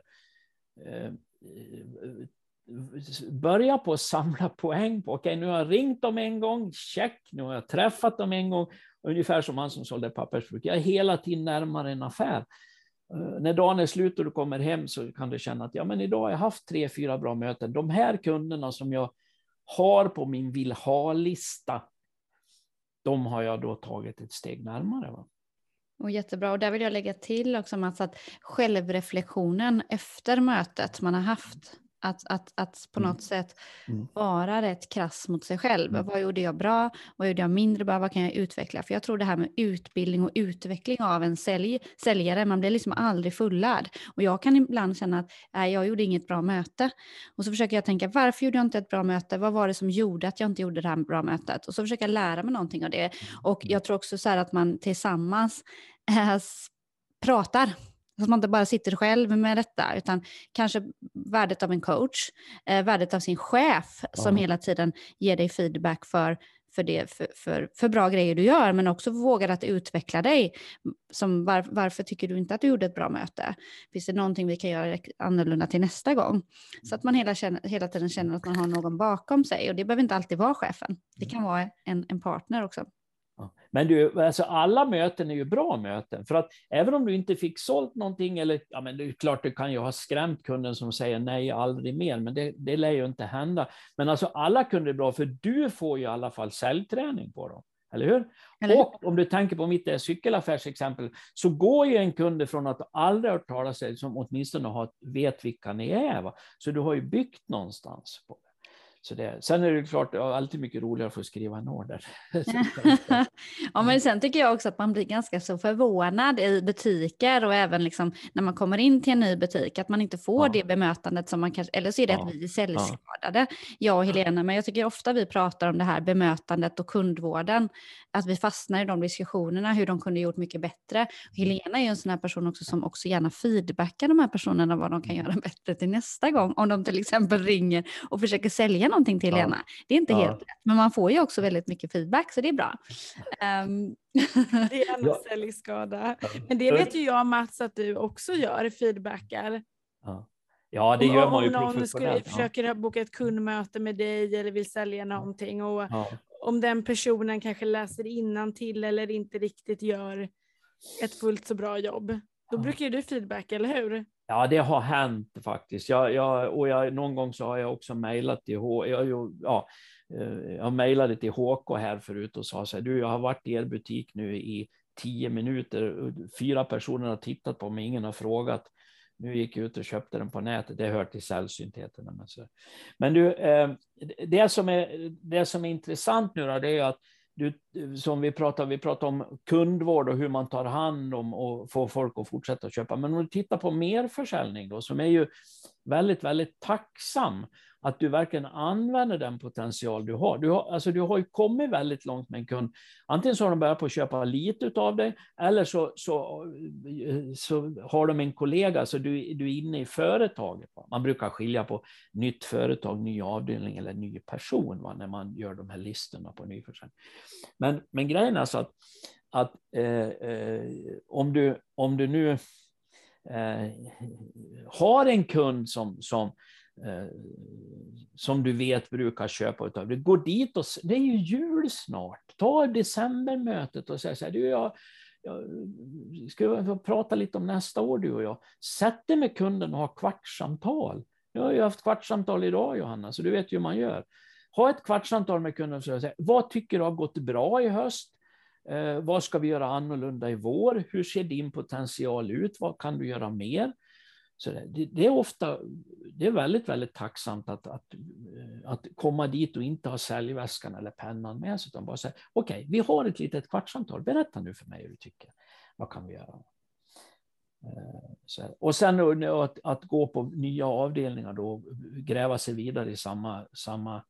börja på att samla poäng på, okej, nu har jag ringt dem en gång, check, nu har jag träffat dem en gång, ungefär som han som sålde pappersbruk. Jag är hela tiden närmare en affär. När dagen är slut och du kommer hem så kan du känna att ja, men idag har jag haft 3-4 bra möten. De här kunderna som jag har på min vill ha-lista, de har jag då tagit ett steg närmare. Va? Och jättebra. Och där vill jag lägga till också, Mats, att självreflektionen efter mötet man har haft, Att på något sätt vara rätt krass mot sig själv. Vad gjorde jag bra? Vad gjorde jag mindre bra? Vad kan jag utveckla? För jag tror det här med utbildning och utveckling av en säljare, man blir liksom aldrig fullärd. Och jag kan ibland känna att jag gjorde inget bra möte. Och så försöker jag tänka, varför gjorde jag inte ett bra möte? Vad var det som gjorde att jag inte gjorde det här bra mötet? Och så försöker jag lära mig någonting av det. Och jag tror också så här att man tillsammans pratar. Att man inte bara sitter själv med detta, utan kanske värdet av en coach, värdet av sin chef som hela tiden ger dig feedback för bra grejer du gör, men också vågar att utveckla dig. Som varför tycker du inte att du gjorde ett bra möte? Finns det någonting vi kan göra annorlunda till nästa gång? Så att man hela tiden känner att man har någon bakom sig, och det behöver inte alltid vara chefen. Det kan vara en partner också. Men du, alltså alla möten är ju bra möten, för att även om du inte fick sålt någonting, eller men det är klart du kan ju ha skrämt kunden som säger nej aldrig mer, men det lär ju inte hända. Men alltså alla kunder är bra, för du får ju i alla fall säljträning på dem, eller hur? Och om du tänker på mitt cykelaffärsexempel, så går ju en kund från att aldrig ha hört talas om, som åtminstone vet vilka ni är, va? Så du har ju byggt någonstans på det. Så sen är det klart alltid mycket roligare att få skriva en order. Ja, men sen tycker jag också att man blir ganska så förvånad i butiker, och även liksom när man kommer in till en ny butik, att man inte får det bemötandet som man kanske, eller så är det att vi är säljskadade, jag och Helena, men jag tycker ofta vi pratar om det här bemötandet och kundvården, att vi fastnar i de diskussionerna, hur de kunde gjort mycket bättre. Helena är ju en sån här person också som också gärna feedbackar de här personerna vad de kan göra bättre till nästa gång, om de till exempel ringer och försöker sälja någonting till Helena. Det är inte helt lätt, men man får ju också väldigt mycket feedback, så det är bra. Det är en säljskada. Men det vet ju jag, Mats, att du också gör, feedbackar. Ja, det gör man ju om någon professionellt. försöker boka ett kundmöte med dig eller vill sälja någonting, och om den personen kanske läser innantill eller inte riktigt gör ett fullt så bra jobb, då brukar ju du feedback, eller hur? Ja, det har hänt faktiskt. Någon gång så har jag också mejlat till jag mejlade till HK här förut och sa så här: jag har varit i er butik nu i 10 minuter. 4 personer har tittat på mig, ingen har frågat. Nu gick jag ut och köpte den på nätet. Det hör till sällsyntheterna. Men du, det som är intressant nu då, det är att som vi pratar om kundvård och hur man tar hand om och får folk att fortsätta köpa. Men om du tittar på merförsäljning då, som är ju väldigt, väldigt tacksam att du verkligen använder den potential du har. Du har ju kommit väldigt långt med en kund. Antingen så har de börjat på att köpa lite av dig, eller så har de en kollega, så du är inne i företaget. Man brukar skilja på nytt företag, ny avdelning eller ny person när man gör de här listorna på nyförsäljning. Men grejen är alltså att om du nu har en kund som du vet brukar köpa utav, du går dit och det är ju jul snart, ta decembermötet och säg så här: jag ska få prata lite om nästa år, du och jag. Sätt dig med kunden och ha kvartssamtal. Jag har ju haft kvartssamtal idag, Johanna, så du vet ju hur man gör. Ha ett kvartssamtal med kunden och säga: vad tycker du har gått bra i höst? Vad ska vi göra annorlunda i vår? Hur ser din potential ut? Vad kan du göra mer? Så det är väldigt, väldigt tacksamt att komma dit och inte ha säljväskan eller pennan med sig, utan bara säga: okej, vi har ett litet kvartssamtal. Berätta nu för mig hur du tycker. Vad kan vi göra? Och sen att gå på nya avdelningar då, gräva sig vidare i samma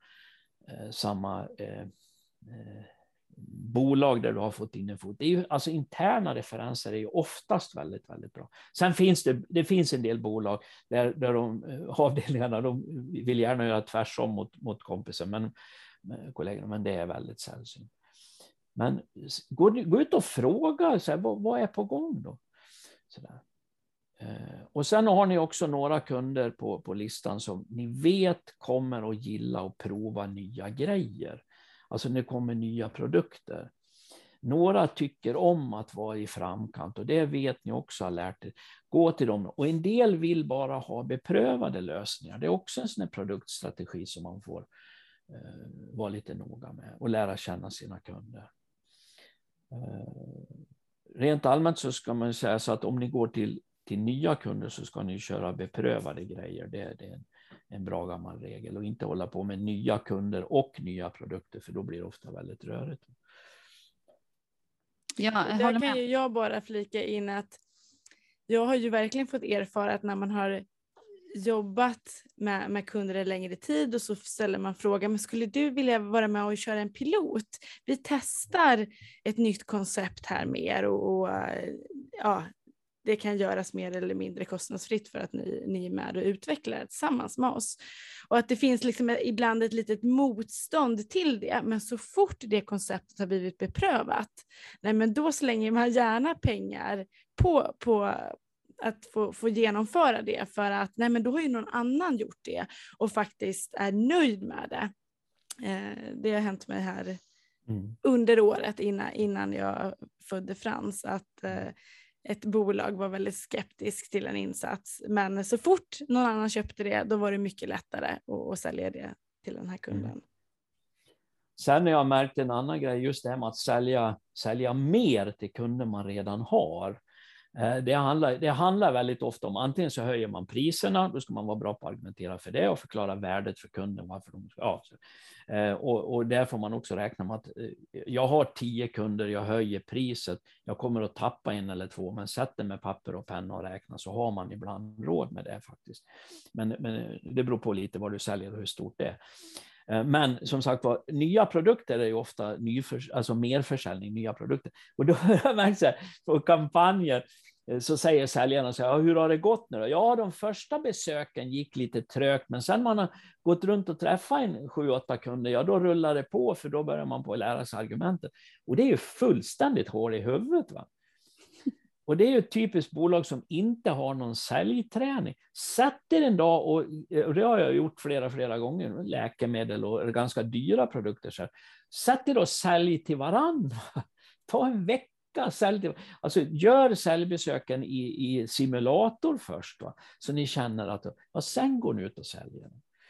bolag där du har fått in en fot. Det är ju, alltså interna referenser är ju oftast väldigt, väldigt bra. Sen finns det finns en del bolag där avdelningarna vill gärna göra tvärsom mot kompisen, kollegorna, men det är väldigt sällsynt. Men gå ut och fråga så här, vad är på gång då? Så där. Och sen har ni också några kunder på listan som ni vet kommer att gilla och prova nya grejer. Alltså det kommer nya produkter. Några tycker om att vara i framkant, och det vet ni också har lärt er. Gå till dem. Och en del vill bara ha beprövade lösningar. Det är också en sån här produktstrategi som man får vara lite noga med och lära känna sina kunder. Rent allmänt så ska man säga så att om ni går till nya kunder så ska ni köra beprövade grejer. Det är en bra gammal regel, och inte hålla på med nya kunder och nya produkter, för då blir det ofta väldigt rörigt. Ja, jag där håller kan med. ju jag bara flika in att jag har ju verkligen fått erfara att när man har jobbat med kunder en längre tid och så ställer man frågan, men skulle du vilja vara med och köra en pilot? Vi testar ett nytt koncept här med er och ja, det kan göras mer eller mindre kostnadsfritt för att ni är med och utvecklar det tillsammans med oss. Och att det finns liksom ibland ett litet motstånd till det, men så fort det konceptet har blivit beprövat, nej, men då slänger man gärna pengar på att få genomföra det, för att nej, men då har ju någon annan gjort det och faktiskt är nöjd med det. Det har hänt mig här under året innan jag födde Frans, att ett bolag var väldigt skeptisk till en insats, men så fort någon annan köpte det, då var det mycket lättare att sälja det till den här kunden. Sen har jag märkt en annan grej, just det här med att sälja mer till kunder man redan har. Det handlar väldigt ofta om, antingen så höjer man priserna, då ska man vara bra på att argumentera för det och förklara värdet för kunden. Varför de ska, och där får man också räkna med att jag har 10 kunder, jag höjer priset, jag kommer att tappa 1 eller 2, men sätter med papper och penna och räkna, så har man ibland råd med det faktiskt. Men det beror på lite vad du säljer och hur stort det är. Men som sagt var, nya produkter är ju ofta alltså merförsäljning, nya produkter. Och då har jag märkt så här, på kampanjer så säger säljarna så här, hur har det gått nu då? Ja, de första besöken gick lite trögt, men sen man har gått runt och träffat 7-8 kunder, ja då rullar det på, för då börjar man på att lära sig argumenten. Och det är ju fullständigt hål i huvudet, va? Och det är ju ett typiskt bolag som inte har någon säljträning. Sätt er en dag, och det har jag gjort flera gånger, läkemedel och ganska dyra produkter. Så sätt er och sälj till varandra. Ta en vecka, sälj till, alltså gör säljbesöken i simulator först, va? Så ni känner att sen går ni ut och säljer.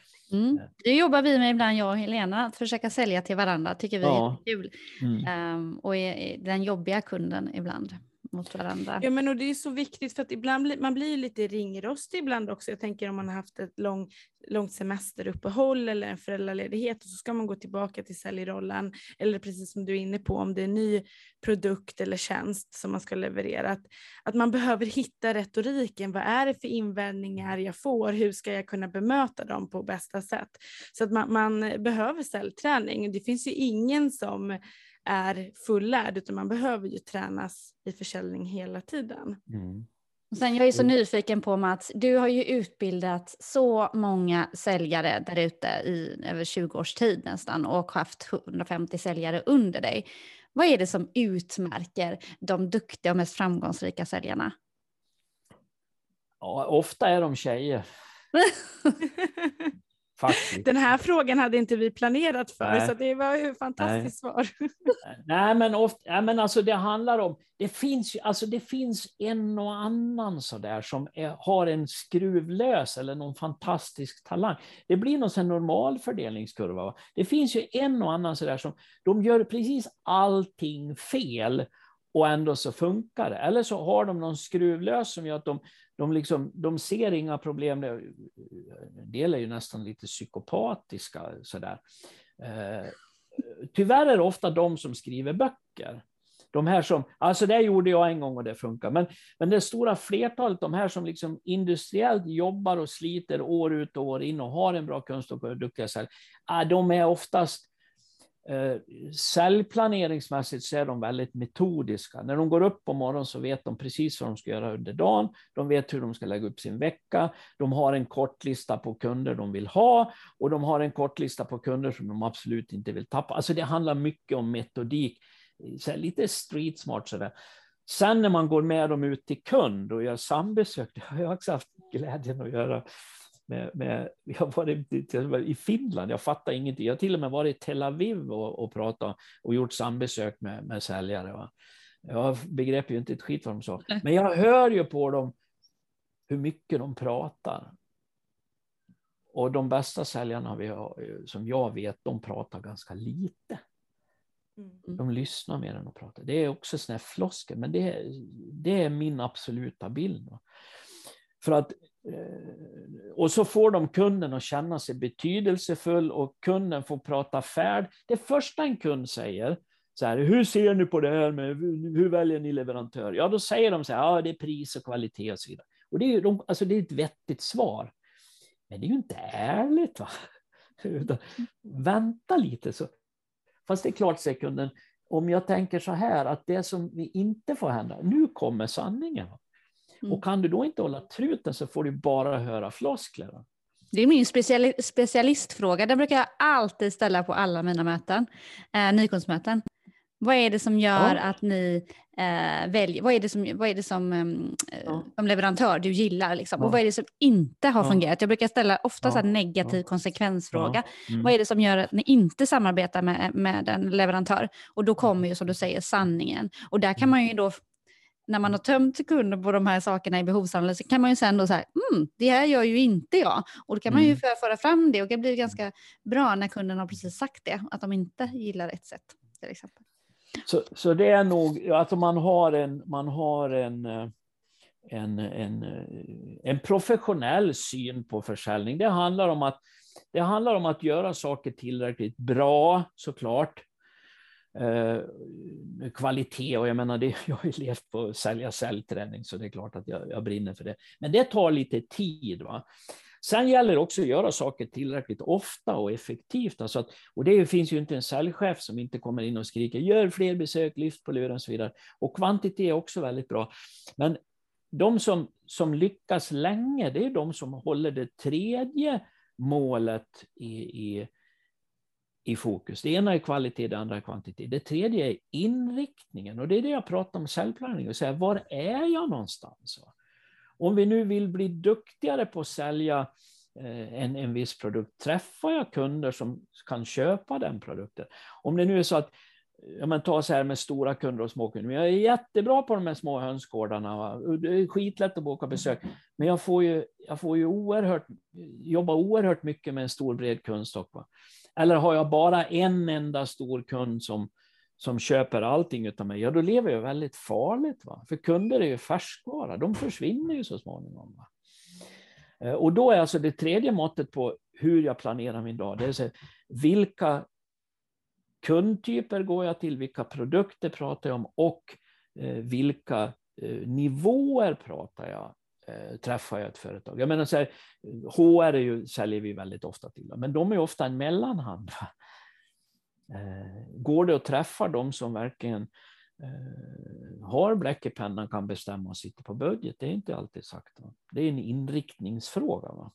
Det jobbar vi med ibland, jag och Helena, att försöka sälja till varandra, tycker vi är kul. Och är den jobbiga kunden ibland mot varandra. Ja, men och det är så viktigt, för att ibland man blir lite ringrostig ibland också. Jag tänker om man har haft ett långt semesteruppehåll eller en föräldraledighet, och så ska man gå tillbaka till säljrollen, eller precis som du är inne på, om det är en ny produkt eller tjänst som man ska leverera, att man behöver hitta retoriken. Vad är det för invändningar jag får? Hur ska jag kunna bemöta dem på bästa sätt? Så att man behöver säljträning. Det finns ju ingen som är fullärd, utan man behöver ju tränas i försäljning hela tiden. Och sen jag är så nyfiken på, Mats, du har ju utbildat så många säljare där ute i över 20 års tid nästan, och haft 150 säljare under dig. Vad är det som utmärker de duktiga och mest framgångsrika säljarna? Ja, ofta är de tjejer. Faktiskt. Den här frågan hade inte vi planerat för, så det var ju ett fantastiskt svar. Nej, men alltså det handlar om, det finns en och annan så där som har en skruvlös eller någon fantastisk talang. Det blir någon sån normal fördelningskurva. Va? Det finns ju en och annan så där som de gör precis allting fel och ändå så funkar det. Eller så har de någon skruvlös som gör att de ser inga problem. En del är ju nästan lite psykopatiska sådär. Tyvärr är det ofta de som skriver böcker. De här som, alltså det gjorde jag en gång och det funkar. Men det stora flertalet, de här som liksom industriellt jobbar och sliter år ut och år in och har en bra kunskap och är duktiga sälj, de är oftast säljplaneringsmässigt så är de väldigt metodiska. När de går upp på morgonen så vet de precis vad de ska göra under dagen. De vet hur de ska lägga upp sin vecka. De har en kortlista på kunder de vill ha, och de har en kortlista på kunder som de absolut inte vill tappa. Alltså det handlar mycket om metodik. Så lite street smart sådär. Sen när man går med dem ut till kund och gör sambesök, det har jag också haft glädjen att göra. Jag har varit i Finland, jag fattar ingenting. Jag har till och med varit i Tel Aviv och pratat och gjort sambesök med säljare. Va? Jag begrep ju inte ett skit vad de sa. Men jag hör ju på dem hur mycket de pratar. Och de bästa säljarna som jag vet, de pratar ganska lite. De lyssnar mer än att prata. Det är också sån här flosker, men det är min absoluta bild. Va? För att Och så får de kunden att känna sig betydelsefull och kunden får prata färd. Det första en kund säger, så här, hur ser ni på det här med, hur väljer ni leverantör? Ja, då säger de så här, ja, det är pris och kvalitet och så vidare. Och det är ju alltså det är ett vettigt svar. Men det är ju inte ärligt, va? Utan, vänta lite så. Fast det är klart, säger kunden, om jag tänker så här, att det som vi inte får hända, nu kommer sanningen. Och kan du då inte hålla truten så får du bara höra floskler. Det är min specialistfråga. Den brukar jag alltid ställa på alla mina möten, nykundsmöten. Vad är det som gör att ni väljer? Vad är det som som leverantör du gillar? Liksom? Och vad är det som inte har fungerat? Jag brukar ställa ofta så här negativ konsekvensfråga. Vad är det som gör att ni inte samarbetar med en leverantör? Och då kommer ju, som du säger, sanningen. Och där kan man ju då, när man har tömt kunden på de här sakerna i behovsanalys, så kan man ju sen då säga, det här gör ju inte jag. Och då kan man ju föra fram det, och det blir ganska bra när kunden har precis sagt det, att de inte gillar ett sätt, till exempel. Så det är nog att man har en professionell syn på försäljning. Det handlar om att göra saker tillräckligt bra, såklart. Kvalitet, och jag menar jag har ju levt på att sälja säljträning, så det är klart att jag brinner för det. Men det tar lite tid, va. Sen gäller det också att göra saker tillräckligt ofta och effektivt. Alltså och det finns ju inte en säljchef som inte kommer in och skriker gör fler besök, lyft på luren och så vidare. Och kvantitet är också väldigt bra. Men de som lyckas länge, det är de som håller det tredje målet i fokus. Det ena är kvalitet, det andra är kvantitet. Det tredje är inriktningen. Och det är det jag pratar om säljplanering. Och säga, var är jag någonstans? Om vi nu vill bli duktigare på att sälja en viss produkt, träffar jag kunder som kan köpa den produkten? Om det nu är så att, ta så här med stora kunder och små kunder, men jag är jättebra på de här små hönsgårdarna, det är skitlätt att boka besök, men jag får ju jobba oerhört mycket med en stor bred kundstock, va? Eller har jag bara en enda stor kund som köper allting utav mig, ja då lever jag väldigt farligt, va? För kunder är ju färskvara, de försvinner ju så småningom, va? Och då är alltså det tredje måttet på hur jag planerar min dag, det är så, vilka kundtyper går jag till, vilka produkter pratar jag om och vilka nivåer träffar jag ett företag. Jag menar så här, HR säljer vi väldigt ofta till, men de är ofta en mellanhand. Går det att träffa de som verkligen har bläck i pennan, kan bestämma och sitta på budget? Det är inte alltid sagt, va? Det är en inriktningsfråga, va?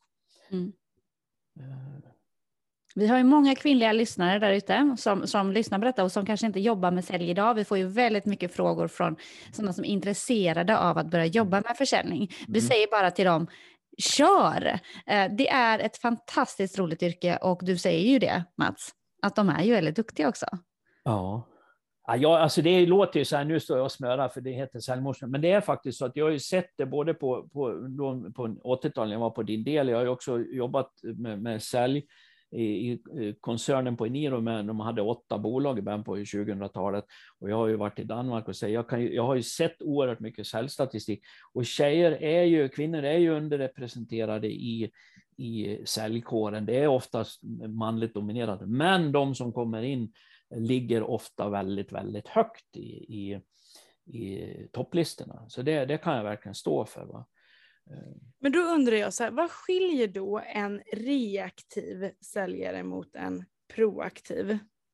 Vi har ju många kvinnliga lyssnare där ute som lyssnar på detta och som kanske inte jobbar med sälj idag. Vi får ju väldigt mycket frågor från sådana som är intresserade av att börja jobba med försäljning. Vi säger bara till dem, kör! Det är ett fantastiskt roligt yrke, och du säger ju det, Mats, att de är ju väldigt duktiga också. Ja, alltså det låter ju så här, nu står jag och smörar för det heter säljmorska, men det är faktiskt så att jag har ju sett det både på 80-talet, jag var på din del, jag har ju också jobbat med sälj i koncernen på Eniro, men de hade 8 bolag i början på 2000-talet, och jag har ju varit i Danmark och jag har ju sett oerhört mycket säljstatistik, och kvinnor är ju underrepresenterade i säljkåren. Det är oftast manligt dominerade, men de som kommer in ligger ofta väldigt, väldigt högt i topplistorna. Så det kan jag verkligen stå för, va? Men då undrar jag så här, vad skiljer då en reaktiv säljare mot en proaktiv?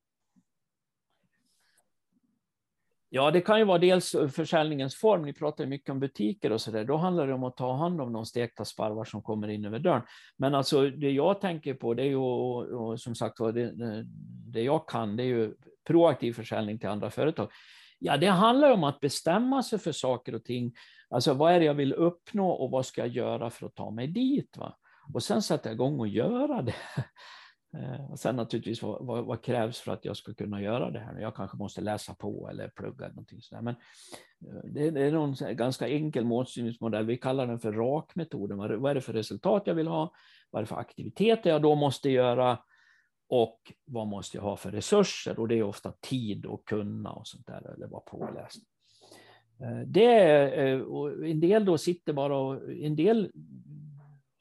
Ja, det kan ju vara dels försäljningens form. Ni pratar ju mycket om butiker och så där. Då handlar det om att ta hand om de stekta sparvar som kommer in över dörren. Men alltså det jag tänker på, det är ju, och som sagt det jag kan, det är ju proaktiv försäljning till andra företag. Ja, det handlar om att bestämma sig för saker och ting. Alltså vad är det jag vill uppnå och vad ska jag göra för att ta mig dit, va? Och sen sätta igång och göra det. Och sen naturligtvis vad krävs för att jag ska kunna göra det här. Jag kanske måste läsa på eller plugga eller någonting sådär. Men det är någon ganska enkel målstyrningsmodell. Vi kallar den för RAK-metoden. Vad är det för resultat jag vill ha? Vad är det för aktiviteter jag då måste göra? Och vad måste jag ha för resurser? Och det är ofta tid och kunna och sånt där. Eller vara påläst. En del då sitter bara och en del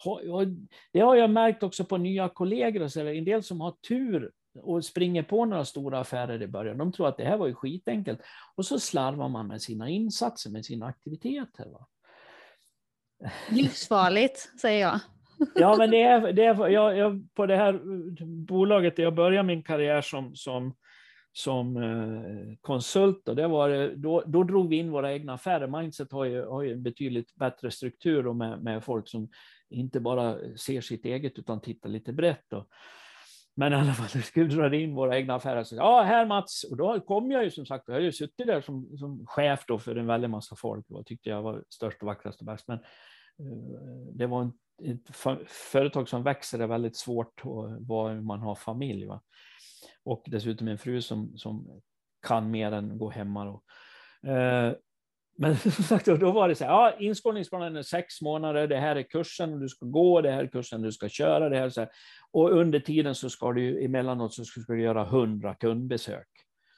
det har jag märkt också på nya kollegor. Och så är det en del som har tur och springer på några stora affärer i början. De tror att det här var ju skitenkelt. Och så slarvar man med sina insatser, med sina aktiviteter. Va? Livsfarligt, säger jag. Ja, men jag på det här bolaget där jag började min karriär som konsult, och då drog vi in våra egna affärer. Mindset har ju en betydligt bättre struktur och med folk som inte bara ser sitt eget utan tittar lite brett. Men i alla fall, vi skulle dra in våra egna affärer. Så, ja, här Mats. Och då kom jag ju som sagt, jag har ju suttit där som chef då för en väldigt massa folk. Och tyckte jag var störst och vackrast och bäst. Men det var ett företag som växer, är väldigt svårt var man har familj. Va? Och dessutom en fru som kan mer än gå hemma. Då. Men som sagt, då var det så här, ja, inskolningsplanen är 6 månader, det här är kursen du ska gå, det här är kursen du ska köra, det här så här. Och under tiden så ska du emellanåt så ska du göra 100 kundbesök.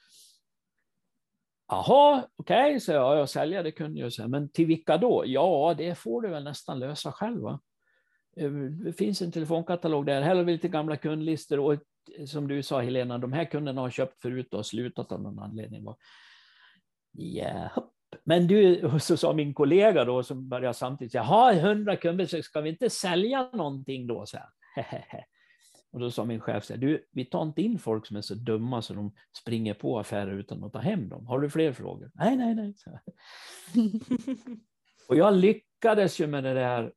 Jaha, okej, så jag säljer, det kunde jag säga. Men till vilka då? Ja, det får du väl nästan lösa själv. Va? Det finns en telefonkatalog där, här har vi lite gamla kundlistor och som du sa Helena, de här kunderna har köpt förut och slutat av någon anledning. Ja, men du, så sa min kollega då som började samtidigt, jaha, 100 kundbesök, ska vi inte sälja någonting då? Så och då sa min chef så här, du, vi tar inte in folk som är så dumma så de springer på affärer utan att ta hem dem. Har du fler frågor? Nej. Och jag lyckades ju med det där.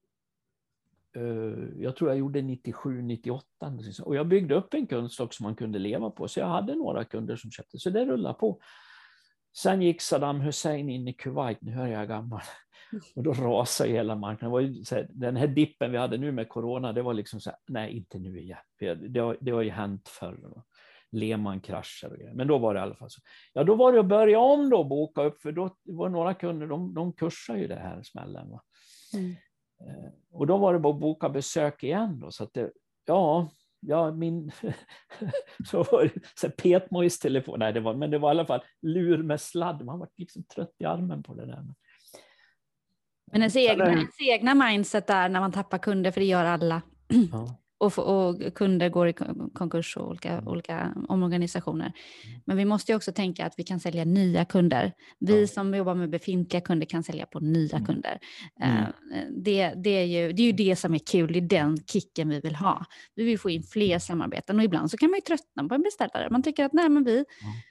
Jag tror jag gjorde 97-98 och jag byggde upp en kundstock som man kunde leva på, så jag hade några kunder som köpte, så det rullade på. Sen gick Saddam Hussein in i Kuwait, nu hör jag gammal, och då rasade hela marknaden. Den här dippen vi hade nu med corona, det var liksom så här, nej inte nu igen, det har ju hänt förr. Lehman kraschar och grejer. Men då var det i alla fall så. Ja, då var det att börja om då, boka upp, för då var några kunder, de kursar ju det här smällen. Va? Mm. Och då var det bara att boka besök igen då, så att det, min så var det så petmojs telefon, nej men det var i alla fall lur med sladd, man var liksom trött i armen på det där. Men ens egna mindset där när man tappar kunder, för det gör alla. Ja. Och kunder går i konkurs och olika omorganisationer. Men vi måste ju också tänka att vi kan sälja nya kunder. Som jobbar med befintliga kunder kan sälja på nya kunder. Det är ju det som är kul, det är den kicken vi vill ha. Vi vill få in fler samarbeten, och ibland så kan man ju tröttna på en beställare. Man tycker att nej, men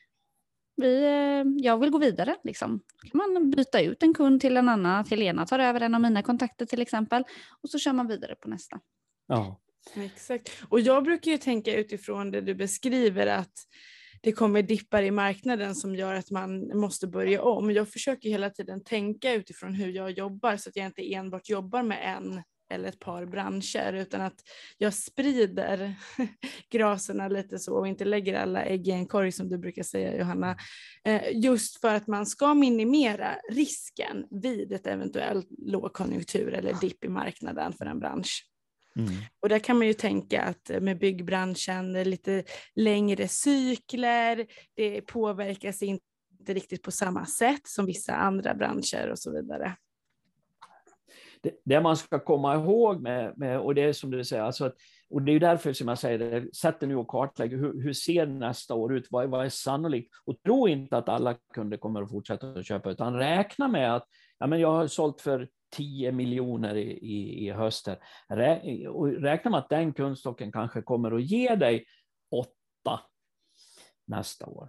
jag vill gå vidare. Liksom. Kan man byta ut en kund till en annan. Helena tar över en av mina kontakter till exempel. Och så kör man vidare på nästa. Ja. Exakt. Och jag brukar ju tänka utifrån det du beskriver, att det kommer dippar i marknaden som gör att man måste börja om. Jag försöker hela tiden tänka utifrån hur jag jobbar, så att jag inte enbart jobbar med en eller ett par branscher, utan att jag sprider graserna lite så och inte lägger alla ägg i en korg, som du brukar säga, Johanna. Just för att man ska minimera risken vid ett eventuellt lågkonjunktur eller dipp i marknaden för en bransch. Mm. Och där kan man ju tänka att med byggbranschen, det är lite längre cykler, det påverkas inte riktigt på samma sätt som vissa andra branscher och så vidare. Det man ska komma ihåg med och det är som du säger, alltså, och det är ju därför som jag säger det, sätt nu och kartlägg hur ser nästa år ut, vad är sannolikt, och tro inte att alla kunder kommer att fortsätta att köpa, utan räkna med att jag har sålt för 10 miljoner i hösten. Och räkna med att den kundstocken kanske kommer att ge dig 8 nästa år.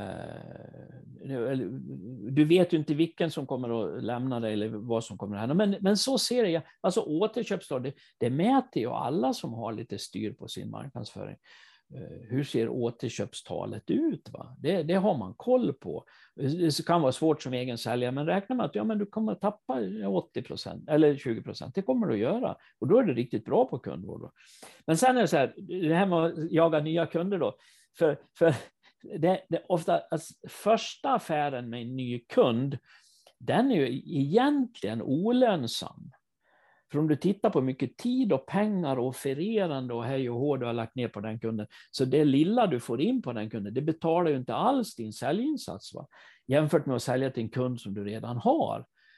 Du vet ju inte vilken som kommer att lämna dig eller vad som kommer att hända. Men så ser jag. Alltså återköpstal, det mäter ju alla som har lite styr på sin marknadsföring. Hur ser återköpstalet ut? Va? Det har man koll på. Det kan vara svårt som egen säljare, men räkna med att men du kommer att tappa 80% eller 20%. Det kommer du att göra. Och då är det riktigt bra på kundvård. Men sen är det så här, det här med att jaga nya kunder då. För det ofta, alltså, första affären med en ny kund, den är ju egentligen olönsam. För om du tittar på mycket tid och pengar och offererande och hej och hå du har lagt ner på den kunden, så det lilla du får in på den kunden, det betalar ju inte alls din säljinsats. Va? Jämfört med att sälja till en kund som du redan har.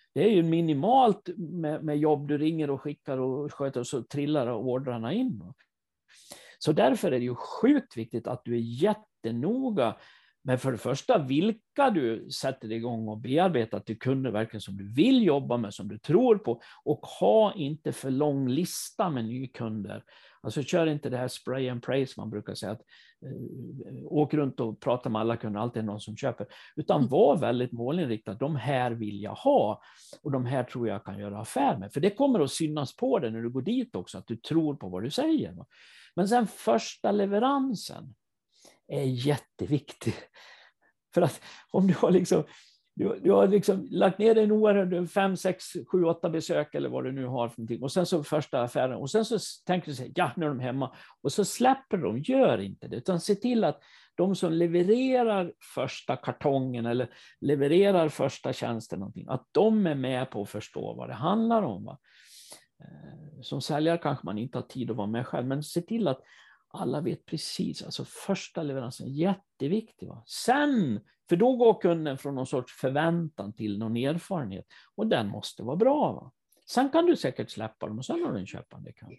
Det är ju minimalt med jobb, du ringer och skickar och sköter och så trillar ordrarna in. Så därför är det ju sjukt viktigt att du är jättenoga med för det första vilka du sätter igång och bearbetar till kunder verkligen som du vill jobba med, som du tror på, och ha inte för lång lista med nykunder. Alltså kör inte det här spray and pray som man brukar säga, att åk runt och prata med alla kunder, alltid någon som köper, utan var väldigt målinriktad. De här vill jag ha och de här tror jag kan göra affär med, för det kommer att synas på dig när du går dit också, att du tror på vad du säger. Men sen första leveransen är jätteviktig. För att om du har du har liksom lagt ner en oerhörd 5, 6, 7, 8 besök eller vad du nu har för någonting. Och sen så första affären. Och sen så tänker du sig, ja nu är de hemma. Och så släpper de, gör inte det. Utan se till att de som levererar första kartongen eller levererar första tjänsten någonting, att de är med på att förstå vad det handlar om. Va? Som säljare kanske man inte har tid att vara med själv. Men se till att alla vet precis, alltså första leveransen är jätteviktig. Va? Sen, för då går kunden från någon sorts förväntan till någon erfarenhet. Och den måste vara bra. Va? Sen kan du säkert släppa dem och sen har du en köpande kund.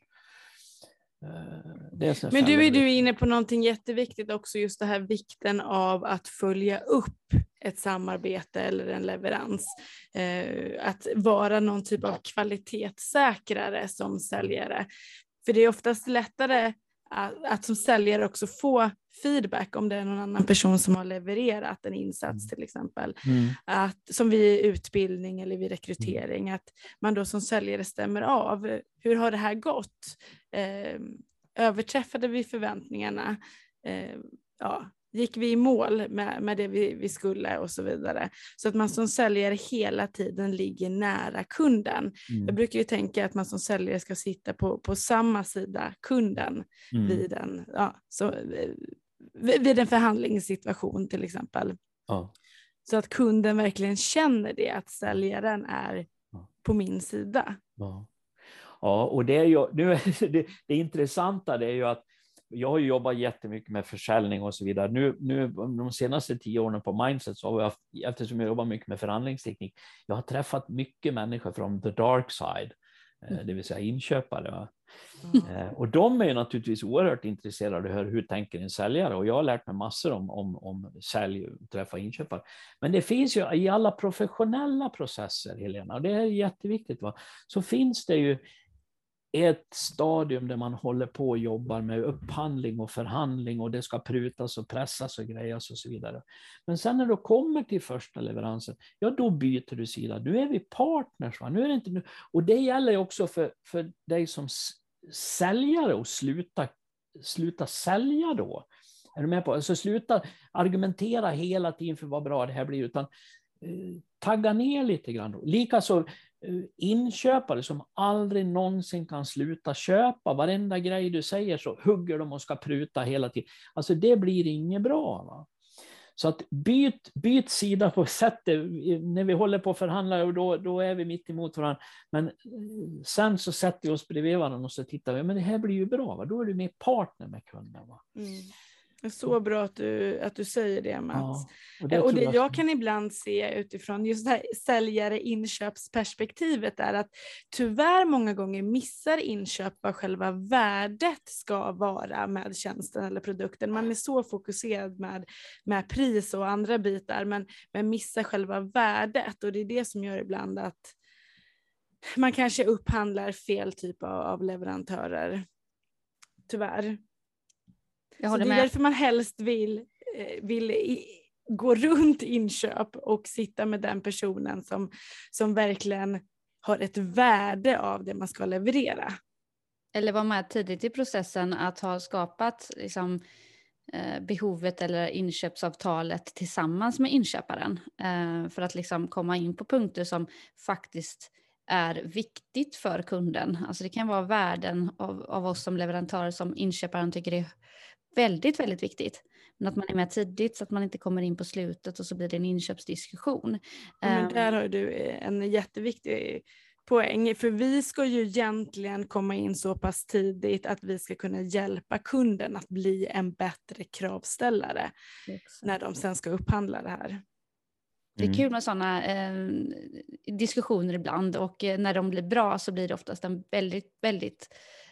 Men du är inne på någonting jätteviktigt också, just det här vikten av att följa upp ett samarbete eller en leverans. Att vara någon typ av kvalitetssäkrare som säljare. För det är oftast lättare att som säljare också få feedback om det är någon annan person som har levererat en insats till exempel. Att, som vid utbildning eller vid rekrytering, att man då som säljare stämmer av. Hur har det här gått? Överträffade vi förväntningarna? Gick vi i mål med det vi skulle och så vidare. Så att man som säljare hela tiden ligger nära kunden. Jag brukar ju tänka att man som säljare ska sitta på samma sida kunden vid en förhandlingssituation till exempel. Så att kunden verkligen känner det, att säljaren är på min sida. Ja, och det är ju, det intressanta det är ju att jag har jobbat jättemycket med försäljning och så vidare. Nu de senaste 10 åren på Mindset så har vi haft, eftersom jag jobbar mycket med förhandlingsteknik, jag har träffat mycket människor från the dark side, det vill säga inköpare. Och de är ju naturligtvis oerhört intresserade av att höra hur tänker en säljare, och jag har lärt mig massor om sälj och träffa inköpare. Men det finns ju i alla professionella processer, Helena, och det är jätteviktigt, va? Så finns det ju ett stadium där man håller på och jobbar med upphandling och förhandling och det ska prutas och pressas och grejas och så vidare. Men sen när du kommer till första leveransen, ja då byter du sida. Nu är vi partners, va? Nu är det inte nu. Och det gäller också för dig som säljare att sluta sälja då. Är du med på? Alltså sluta argumentera hela tiden för vad bra det här blir, utan tagga ner lite grann då. Likaså inköpare som aldrig någonsin kan sluta köpa. Varenda grej du säger så hugger de och ska pruta hela tiden. Alltså det blir inget bra. Va? Så att byt sida på sättet. När vi håller på att förhandla och då är vi mitt emot varandra. Men sen så sätter vi oss bredvid varandra och så tittar vi. Men det här blir ju bra. Va? Då är du med partner med kunden. Va? Det är så bra att du säger det, Mats. Ja, och det jag kan ibland se utifrån just det här säljare-inköpsperspektivet är att tyvärr många gånger missar inköp vad själva värdet ska vara med tjänsten eller produkten. Man är så fokuserad med pris och andra bitar, men missar själva värdet, och det är det som gör ibland att man kanske upphandlar fel typ av leverantörer. Tyvärr. Så det är därför man helst vill gå runt inköp och sitta med den personen som verkligen har ett värde av det man ska leverera. Eller vara med tidigt i processen, att ha skapat behovet eller inköpsavtalet tillsammans med inköparen. För att komma in på punkter som faktiskt är viktigt för kunden. Alltså det kan vara värden av oss som leverantörer som inköparen tycker är väldigt, väldigt viktigt. Men att man är med tidigt så att man inte kommer in på slutet och så blir det en inköpsdiskussion. Men där har du en jätteviktig poäng. För vi ska ju egentligen komma in så pass tidigt att vi ska kunna hjälpa kunden att bli en bättre kravställare. Exakt. När de sen ska upphandla det här. Det är kul med sådana diskussioner ibland, och när de blir bra så blir det oftast en väldigt, väldigt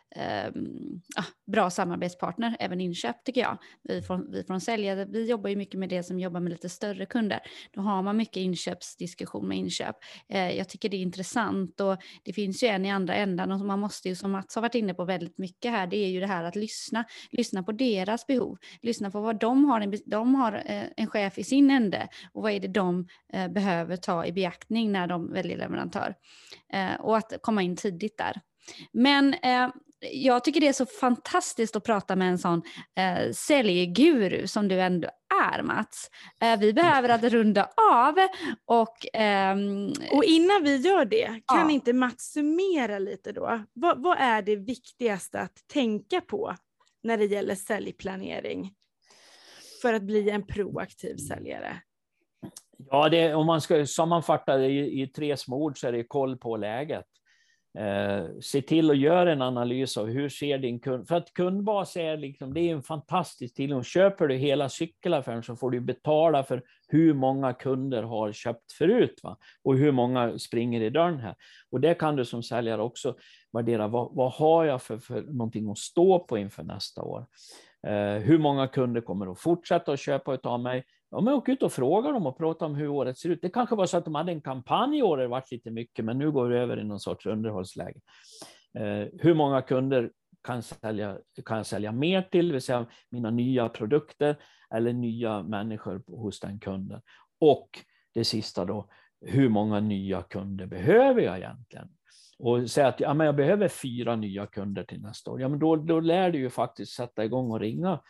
bra samarbetspartner, även inköp tycker jag. Vi från säljare, vi jobbar ju mycket med det som jobbar med lite större kunder. Då har man mycket inköpsdiskussion med inköp. Jag tycker det är intressant, och det finns ju en i andra ändan, och man måste ju, som Mats har varit inne på väldigt mycket här, det är ju det här att lyssna på deras behov, lyssna på vad de har en chef i sin ände, och vad är det de behöver ta i beaktning när de väljer leverantör, och att komma in tidigt där. Men jag tycker det är så fantastiskt att prata med en sån säljguru som du ändå är, Mats. Vi behöver att runda av. Och innan vi gör det, kan inte Mats summera lite då? Vad är det viktigaste att tänka på när det gäller säljplanering för att bli en proaktiv säljare? Ja, om man ska sammanfatta det i 3 små ord, så är det koll på läget. Se till att göra en analys av hur ser din kund, för att kundbas är liksom, det är en fantastisk tillgång. Köper du hela cykelaffären så får du betala för hur många kunder har köpt förut, va? Och hur många springer i dörren här. Och det kan du som säljare också värdera, vad har jag för någonting att stå på inför nästa år. Hur många kunder kommer att fortsätta att köpa utav mig. Ja, men åk ut och fråga dem och prata om hur året ser ut. Det kanske var så att de hade en kampanj i år, det varit lite mycket, men nu går det över i någon sorts underhållsläge. Hur många kunder kan jag sälja mer till, det vill säga mina nya produkter eller nya människor hos den kunden. Och det sista då, hur många nya kunder behöver jag egentligen? Och säga att men jag behöver 4 nya kunder till nästa år. Ja, men då lär du ju faktiskt sätta igång och ringa.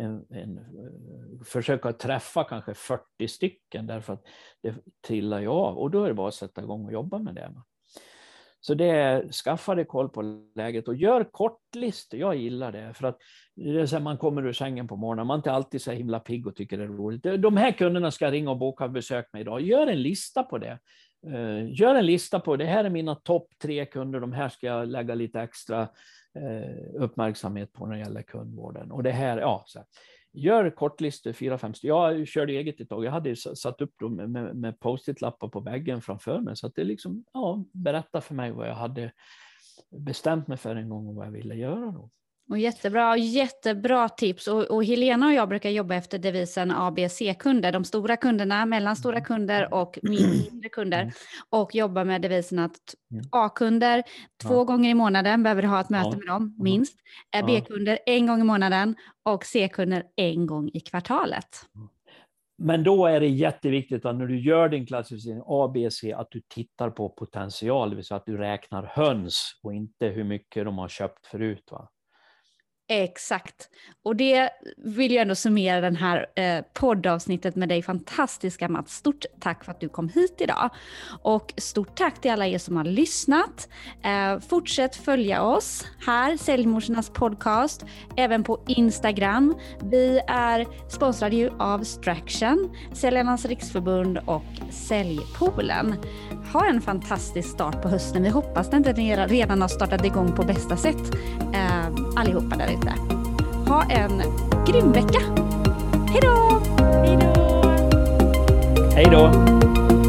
Försöka träffa kanske 40 stycken, därför att det trillar ju av, och då är det bara att sätta igång och jobba med det. Så det är, skaffa dig koll på läget och gör kortlistor. Jag gillar det, för att det är så man kommer ur sängen på morgonen, man är inte alltid så himla pigg och tycker det är roligt. De här kunderna ska ringa och boka besök med idag. Gör en lista på det. Gör en lista på det här är mina topp 3 kunder, de här ska jag lägga lite extra uppmärksamhet på när det gäller kundvården. Och det här, så här. Gör kortlistor, 4-5. Jag körde eget ett tag. Jag hade satt upp dem med post-it-lappar på väggen framför mig, så att det liksom, berätta för mig vad jag hade bestämt mig för en gång och vad jag ville göra då. Och jättebra tips. Och Helena och jag brukar jobba efter devisen ABC-kunder. De stora kunderna, mellanstora kunder och mindre kunder. Och jobba med devisen att A-kunder 2 gånger i månaden behöver ha ett möte med dem, minst. B-kunder 1 gång i månaden och C-kunder 1 gång i kvartalet. Men då är det jätteviktigt att när du gör din klassificering ABC att du tittar på potential, det vill säga att du räknar höns och inte hur mycket de har köpt förut, va? Exakt. Och det vill jag ändå summera den här poddavsnittet med dig, fantastiska Mats. Stort tack för att du kom hit idag. Och stort tack till alla er som har lyssnat. Fortsätt följa oss här, Säljmorsornas podcast, även på Instagram. Vi är sponsrade ju av Straction, Säljarnas riksförbund och Säljpoolen. Ha en fantastisk start på hösten. Vi hoppas att ni redan har startat igång på bästa sätt. Allihopa där ute. Ha en grym vecka. Hej då! Hej då!